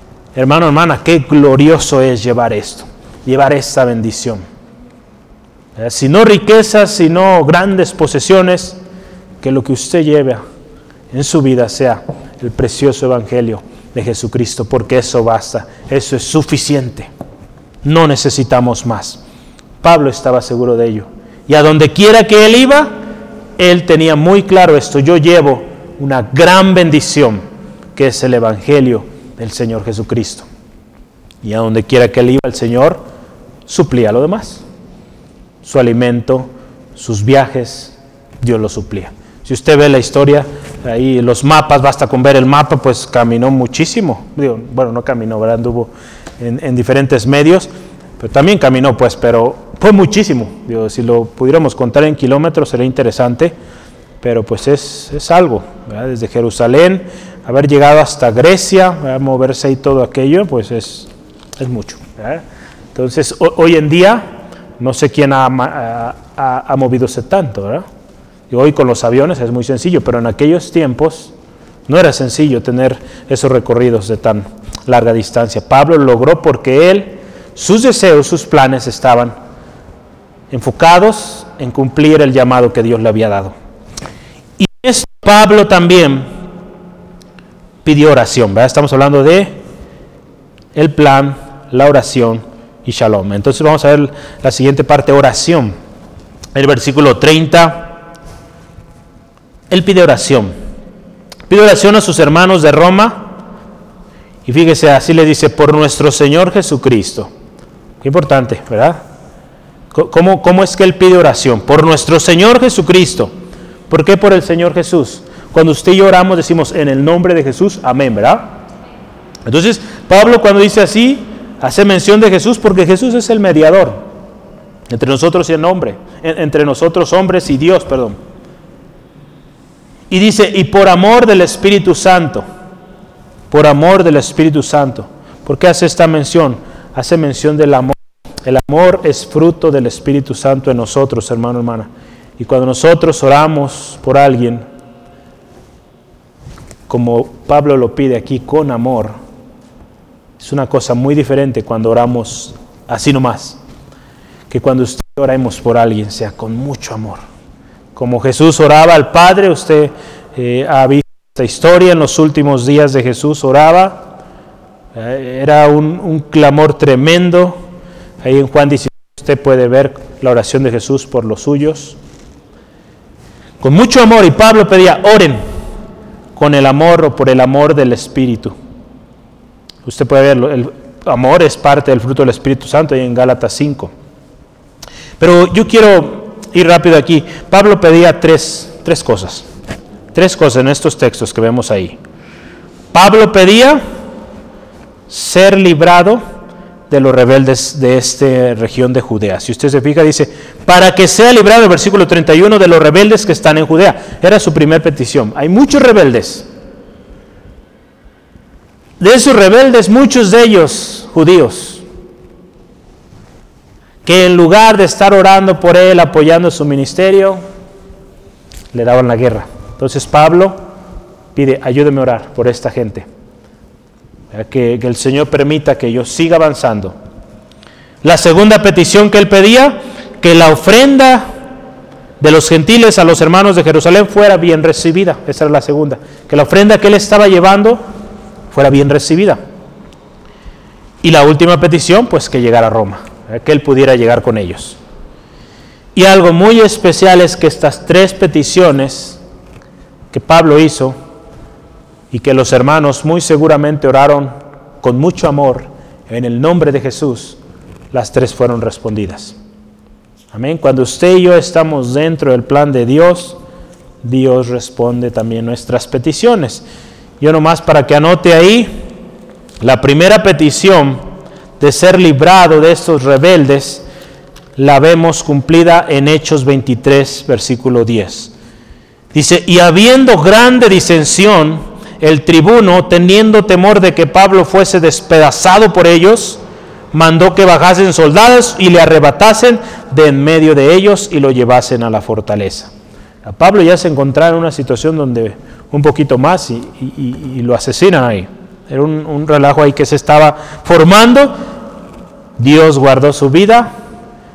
Hermano, hermana, qué glorioso es llevar esto, llevar esta bendición. sino riquezas, sino grandes posesiones, que lo que usted lleve en su vida sea el precioso evangelio de Jesucristo, porque eso basta, eso es suficiente. No necesitamos más. Pablo estaba seguro de ello. Y a donde quiera que él iba, él tenía muy claro esto: yo llevo una gran bendición, que es el evangelio del Señor Jesucristo. Y a donde quiera que él iba, el Señor suplía lo demás. Su alimento, sus viajes, Dios lo suplía. Si usted ve la historia, ahí los mapas, basta con ver el mapa, pues caminó muchísimo. Bueno, no caminó, ¿verdad? Anduvo en diferentes medios, pero también caminó, pues, pero fue muchísimo. Si lo pudiéramos contar en kilómetros sería interesante, pero pues es algo, ¿verdad? Desde Jerusalén, haber llegado hasta Grecia, ¿verdad? Moverse ahí todo aquello, pues es mucho, ¿verdad? Entonces, hoy en día, no sé quién ha movidose tanto, ¿verdad? Y hoy con los aviones es muy sencillo, pero en aquellos tiempos no era sencillo tener esos recorridos de tan larga distancia. Pablo lo logró porque sus deseos, sus planes estaban enfocados en cumplir el llamado que Dios le había dado. Y esto Pablo también pidió oración, ¿verdad? Estamos hablando de el plan, la oración y shalom. Entonces vamos a ver la siguiente parte, oración. El versículo 30. Él pide oración. Pide oración a sus hermanos de Roma. Y fíjese, así le dice: por nuestro Señor Jesucristo. Qué importante, ¿verdad? ¿Cómo es que él pide oración? Por nuestro Señor Jesucristo. ¿Por qué por el Señor Jesús? Cuando usted y yo oramos decimos en el nombre de Jesús, amén, ¿verdad? Entonces, Pablo cuando dice así, hace mención de Jesús porque Jesús es el mediador entre nosotros y el hombre, entre nosotros hombres y Dios, perdón. Y dice, y por amor del Espíritu Santo, por amor del Espíritu Santo. ¿Por qué hace esta mención? Hace mención del amor. El amor es fruto del Espíritu Santo en nosotros, hermano, hermana. Y cuando nosotros oramos por alguien, como Pablo lo pide aquí, con amor, es una cosa muy diferente cuando oramos así nomás, que cuando usted oramos por alguien, sea con mucho amor. Como Jesús oraba al Padre, usted ha visto esta historia en los últimos días de Jesús, oraba, era un clamor tremendo. Ahí en Juan 16 usted puede ver la oración de Jesús por los suyos, con mucho amor, y Pablo pedía, oren con el amor o por el amor del Espíritu. Usted puede verlo, el amor es parte del fruto del Espíritu Santo, ahí en Gálatas 5. Pero yo quiero ir rápido aquí. Pablo pedía tres cosas en estos textos que vemos ahí. Pablo pedía ser librado de los rebeldes de esta región de Judea. Si usted se fija, dice, para que sea librado, el versículo 31, de los rebeldes que están en Judea. Era su primer petición. Hay muchos rebeldes. De esos rebeldes, muchos de ellos judíos, que en lugar de estar orando por él, apoyando su ministerio, le daban la guerra. Entonces Pablo pide, ayúdeme a orar por esta gente, que el Señor permita que yo siga avanzando. La segunda petición que él pedía, que la ofrenda de los gentiles a los hermanos de Jerusalén fuera bien recibida. Esa era la segunda, que la ofrenda que él estaba llevando fuera bien recibida. Y la última petición, pues que llegara a Roma, que él pudiera llegar con ellos. Y algo muy especial es que estas tres peticiones que Pablo hizo y que los hermanos muy seguramente oraron con mucho amor en el nombre de Jesús, las tres fueron respondidas. Amén. Cuando usted y yo estamos dentro del plan de Dios, Dios responde también nuestras peticiones. Yo nomás para que anote ahí, la primera petición de ser librado de estos rebeldes, la vemos cumplida en Hechos 23, versículo 10. Dice, y habiendo grande disensión, el tribuno, teniendo temor de que Pablo fuese despedazado por ellos, mandó que bajasen soldados y le arrebatasen de en medio de ellos y lo llevasen a la fortaleza. A Pablo ya se encontraba en una situación donde un poquito más y lo asesinan ahí. Era un relajo ahí que se estaba formando. Dios guardó su vida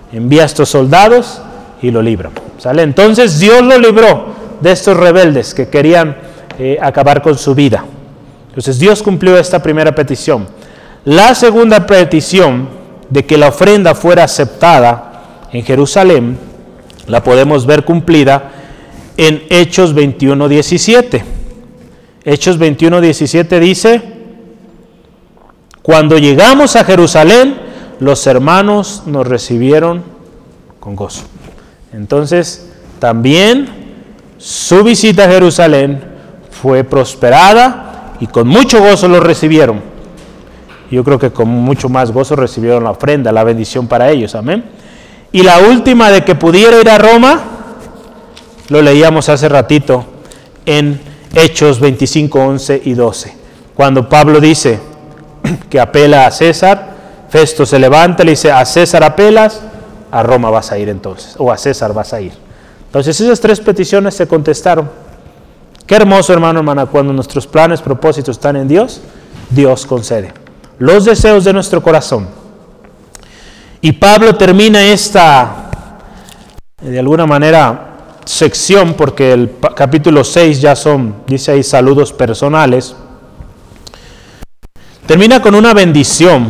envía a estos soldados y lo libra. ¿Sale? Entonces Dios lo libró de estos rebeldes que querían acabar con su vida. Entonces Dios cumplió esta primera petición. La segunda petición de que la ofrenda fuera aceptada en Jerusalén la podemos ver cumplida en Hechos 21:17. Hechos 21:17 dice: cuando llegamos a Jerusalén, los hermanos nos recibieron con gozo. Entonces, también su visita a Jerusalén fue prosperada y con mucho gozo los recibieron. Yo creo que con mucho más gozo recibieron la ofrenda, la bendición para ellos. Amén. Y la última de que pudiera ir a Roma, lo leíamos hace ratito en Hechos 25, 11 y 12. Cuando Pablo dice que apela a César, Festo se levanta y le dice: a César apelas, a Roma vas a ir entonces, o a César vas a ir. Entonces esas tres peticiones se contestaron. Qué hermoso, hermano, hermana, cuando nuestros planes, propósitos están en Dios, Dios concede los deseos de nuestro corazón. Y Pablo termina esta, de alguna manera, sección, porque el capítulo 6 ya son, dice ahí, saludos personales. Termina con una bendición,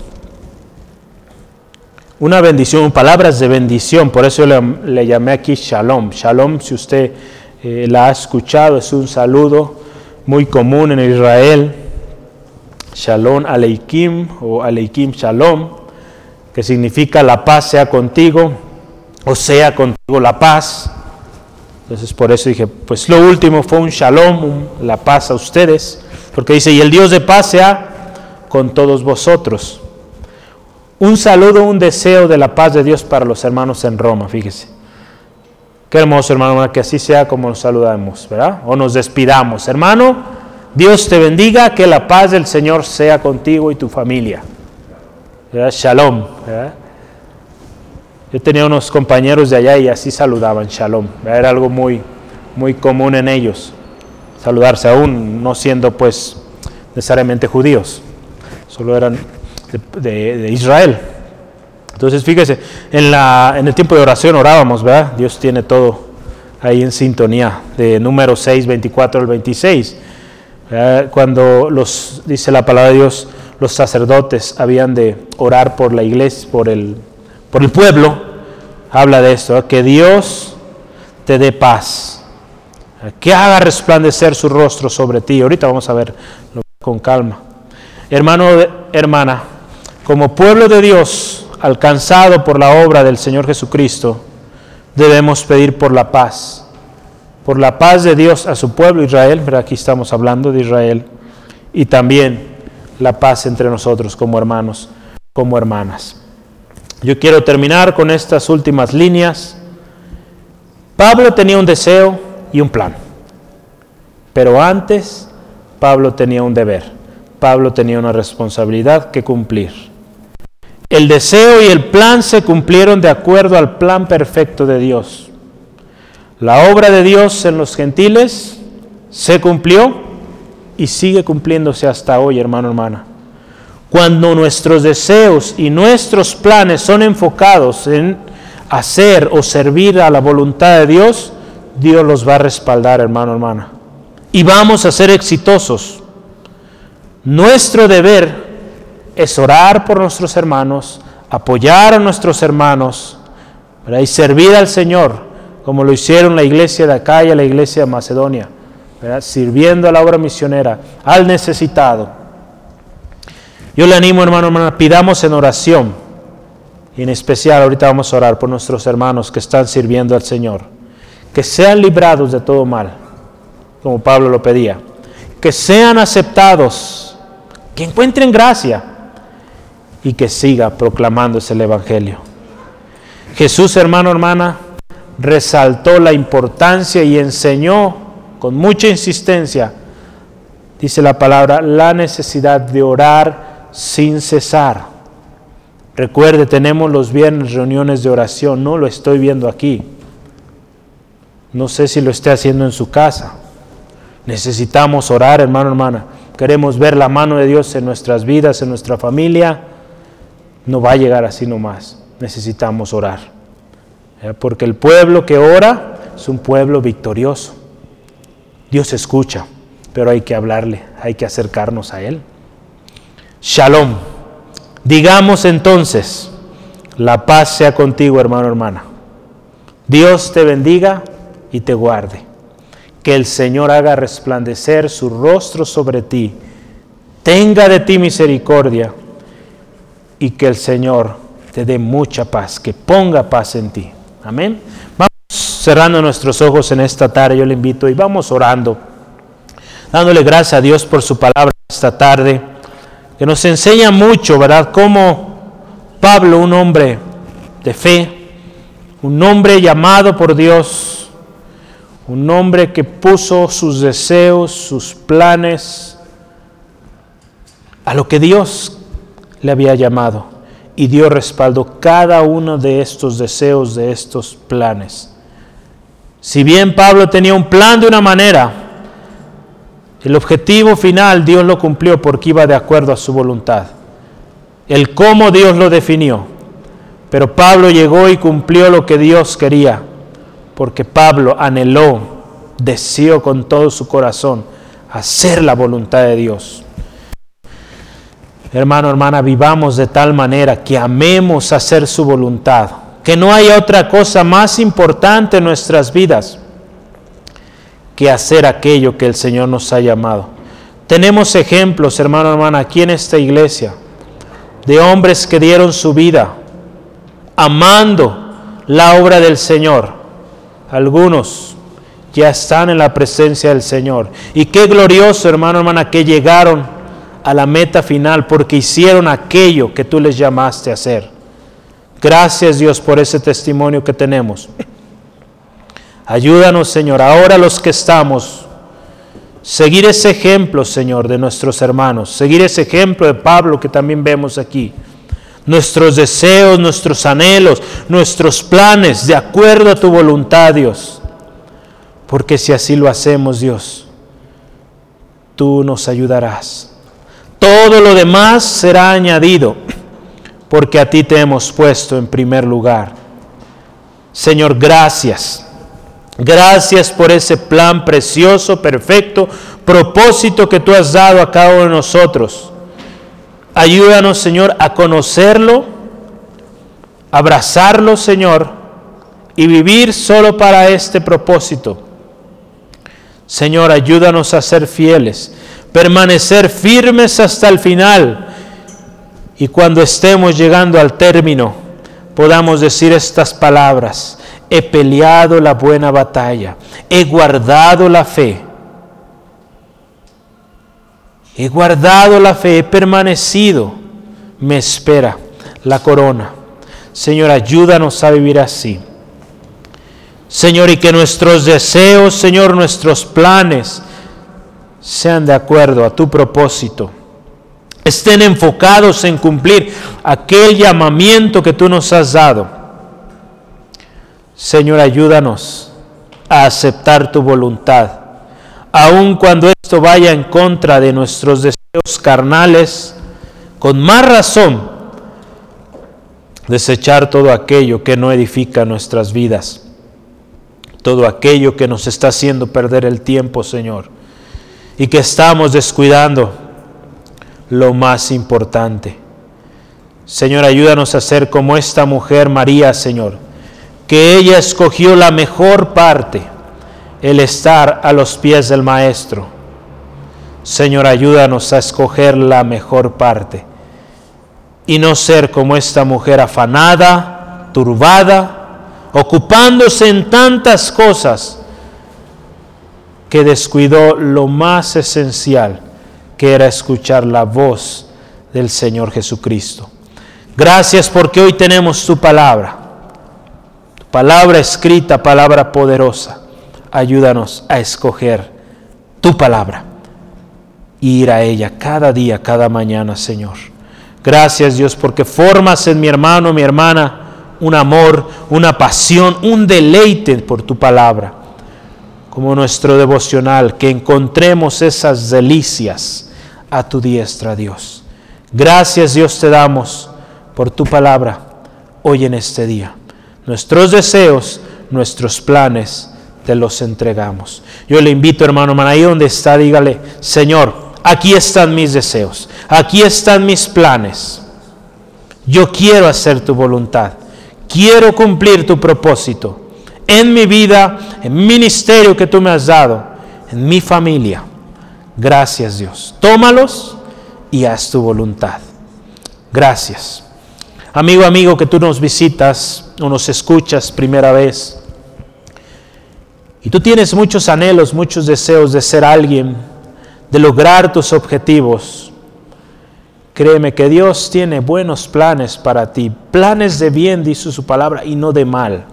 palabras de bendición. Por eso le llamé aquí Shalom. Shalom, si usted la ha escuchado, es un saludo muy común en Israel. Shalom Aleikim o Aleikim Shalom, que significa la paz sea contigo, o sea contigo la paz. Entonces por eso dije, pues lo último fue un Shalom, la paz a ustedes, porque dice: y el Dios de paz sea con todos vosotros. Un saludo, un deseo de la paz de Dios para los hermanos en Roma, fíjese. Qué hermoso, hermano, que así sea como nos saludamos, ¿verdad? O nos despidamos. Hermano, Dios te bendiga, que la paz del Señor sea contigo y tu familia. ¿Verdad? Shalom. ¿Verdad? Yo tenía unos compañeros de allá y así saludaban, Shalom. ¿Verdad? Era algo muy, muy común en ellos, saludarse, aún no siendo pues necesariamente judíos, solo eran de Israel. Entonces fíjese, en el tiempo de oración orábamos, ¿verdad? Dios tiene todo ahí en sintonía, de Números 6, 24 al 26. Cuando dice la palabra de Dios, los sacerdotes habían de orar por la iglesia, por el pueblo, habla de esto, que Dios te dé paz, que haga resplandecer su rostro sobre ti. Ahorita vamos a verlo con calma. Hermano, hermana, como pueblo de Dios, alcanzado por la obra del Señor Jesucristo, debemos pedir por la paz de Dios a su pueblo Israel, pero aquí estamos hablando de Israel, y también la paz entre nosotros como hermanos, como hermanas. Yo quiero terminar con estas últimas líneas. Pablo tenía un deseo y un plan, pero antes Pablo tenía un deber, Pablo tenía una responsabilidad que cumplir. El deseo y el plan se cumplieron de acuerdo al plan perfecto de Dios. La obra de Dios en los gentiles se cumplió y sigue cumpliéndose hasta hoy, hermano, hermana. Cuando nuestros deseos y nuestros planes son enfocados en hacer o servir a la voluntad de Dios, Dios los va a respaldar, hermano, hermana. Y vamos a ser exitosos. Nuestro deber es orar por nuestros hermanos, apoyar a nuestros hermanos, ¿verdad? Y servir al Señor, como lo hicieron la iglesia de Acaya y la iglesia de Macedonia, ¿verdad? Sirviendo a la obra misionera, al necesitado. Yo le animo, hermano, hermana, pidamos en oración, y en especial ahorita vamos a orar por nuestros hermanos que están sirviendo al Señor, que sean librados de todo mal, como Pablo lo pedía, que sean aceptados, que encuentren gracia y que siga proclamándose el Evangelio. Jesús, hermano, hermana, resaltó la importancia y enseñó con mucha insistencia, dice la palabra, la necesidad de orar sin cesar. Recuerde, tenemos los viernes reuniones de oración, no lo estoy viendo aquí. No sé si lo esté haciendo en su casa. Necesitamos orar, hermano, hermana. Queremos ver la mano de Dios en nuestras vidas, en nuestra familia. No va a llegar así nomás. necesitamos orar. Porque el pueblo que ora es un pueblo victorioso. Dios escucha, pero hay que hablarle, hay que acercarnos a Él. Shalom. Digamos entonces, la paz sea contigo, hermano, hermana. Dios te bendiga y te guarde. Que el Señor haga resplandecer su rostro sobre ti, tenga de ti misericordia y que el Señor te dé mucha paz, que ponga paz en ti. Amén. Vamos cerrando nuestros ojos en esta tarde, yo le invito y vamos orando, dándole gracias a Dios por su palabra esta tarde, que nos enseña mucho, ¿verdad? Cómo Pablo, un hombre de fe, un hombre llamado por Dios, un hombre que puso sus deseos, sus planes a lo que Dios le había llamado. Y Dios respaldó cada uno de estos deseos, de estos planes. Si bien Pablo tenía un plan de una manera, el objetivo final Dios lo cumplió porque iba de acuerdo a su voluntad. El cómo Dios lo definió. Pero Pablo llegó y cumplió lo que Dios quería. Porque Pablo anheló, deseó con todo su corazón hacer la voluntad de Dios. Hermano, hermana, vivamos de tal manera que amemos hacer su voluntad, que no haya otra cosa más importante en nuestras vidas que hacer aquello que el Señor nos ha llamado. Tenemos ejemplos, hermano, hermana, aquí en esta iglesia, de hombres que dieron su vida amando la obra del Señor. Algunos ya están en la presencia del Señor. Y qué glorioso, hermano, hermana, que llegaron a la meta final porque hicieron aquello que tú les llamaste a hacer. Gracias, Dios, por ese testimonio que tenemos. Ayúdanos, Señor, ahora los que estamos, seguir ese ejemplo, Señor, de nuestros hermanos, seguir ese ejemplo de Pablo que también vemos aquí. Nuestros deseos, nuestros anhelos, nuestros planes, de acuerdo a tu voluntad, Dios. Porque si así lo hacemos, Dios, tú nos ayudarás. Todo lo demás será añadido, porque a ti te hemos puesto en primer lugar. Señor, gracias. Gracias por ese plan precioso, perfecto, propósito que tú has dado a cada uno de nosotros. Ayúdanos, Señor, a conocerlo, abrazarlo, Señor, y vivir solo para este propósito. Señor, ayúdanos a ser fieles, permanecer firmes hasta el final, y cuando estemos llegando al término, podamos decir estas palabras: he peleado la buena batalla, he guardado la fe. He guardado la fe, he permanecido, me espera la corona. Señor, ayúdanos a vivir así. Señor, y que nuestros deseos, Señor, nuestros planes sean de acuerdo a tu propósito. Estén enfocados en cumplir aquel llamamiento que tú nos has dado. Señor, ayúdanos a aceptar tu voluntad, aun cuando esto vaya en contra de nuestros deseos carnales. Con más razón, desechar todo aquello que no edifica nuestras vidas, todo aquello que nos está haciendo perder el tiempo, Señor, y que estamos descuidando lo más importante. Señor, ayúdanos a ser como esta mujer María, Señor, que ella escogió la mejor parte, el estar a los pies del Maestro. Señor, ayúdanos a escoger la mejor parte y no ser como esta mujer afanada, turbada, ocupándose en tantas cosas que descuidó lo más esencial, que era escuchar la voz del Señor Jesucristo. Gracias porque hoy tenemos tu palabra escrita, palabra poderosa. Ayúdanos a escoger tu palabra y ir a ella cada día, cada mañana, Señor. Gracias, Dios, porque formas en mi hermano, mi hermana, un amor, una pasión, un deleite por tu palabra, como nuestro devocional, que encontremos esas delicias a tu diestra, Dios. Gracias, Dios, te damos por tu palabra, hoy en este día. Nuestros deseos, nuestros planes, te los entregamos. Yo le invito, hermano, ahí donde está, dígale: Señor, aquí están mis deseos, aquí están mis planes. Yo quiero hacer tu voluntad, quiero cumplir tu propósito en mi vida, en mi ministerio que tú me has dado, en mi familia. Gracias, Dios. Tómalos y haz tu voluntad. Gracias. Amigo, que tú nos visitas o nos escuchas primera vez, y tú tienes muchos anhelos, muchos deseos de ser alguien, de lograr tus objetivos. Créeme que Dios tiene buenos planes para ti, planes de bien, dice su palabra, y no de mal.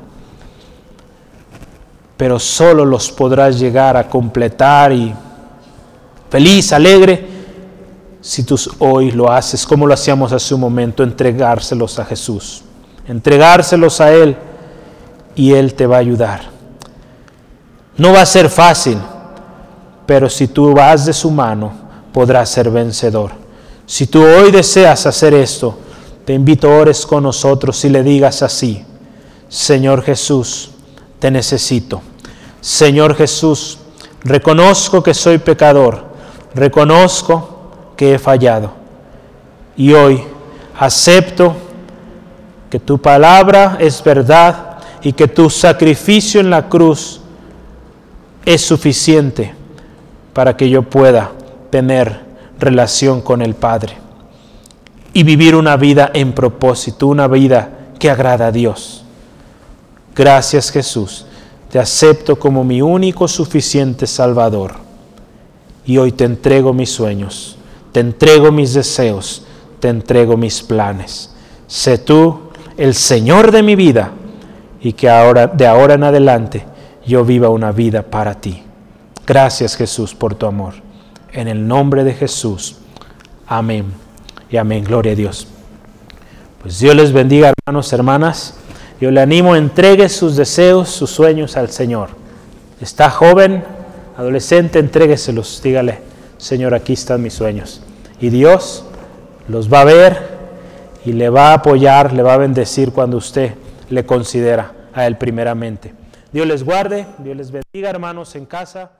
Pero solo los podrás llegar a completar y feliz, alegre, si tú hoy lo haces como lo hacíamos hace un momento, entregárselos a Jesús, entregárselos a Él, y Él te va a ayudar. No va a ser fácil, pero si tú vas de su mano, podrás ser vencedor. Si tú hoy deseas hacer esto, te invito a ores con nosotros y le digas así: Señor Jesús, te necesito. Señor Jesús, reconozco que soy pecador, reconozco que he fallado, y hoy acepto que tu palabra es verdad y que tu sacrificio en la cruz es suficiente para que yo pueda tener relación con el Padre y vivir una vida en propósito, una vida que agrada a Dios. Gracias, Jesús. Te acepto como mi único suficiente Salvador. Y hoy te entrego mis sueños, te entrego mis deseos, te entrego mis planes. Sé tú el Señor de mi vida, y que de ahora en adelante yo viva una vida para ti. Gracias, Jesús, por tu amor. En el nombre de Jesús. Amén y amén. Gloria a Dios. Pues Dios les bendiga, hermanos, hermanas. Yo le animo, entregue sus deseos, sus sueños al Señor. Está joven, adolescente, entrégueselos. Dígale: Señor, aquí están mis sueños. Y Dios los va a ver y le va a apoyar, le va a bendecir cuando usted le considera a Él primeramente. Dios les guarde, Dios les bendiga, hermanos, en casa.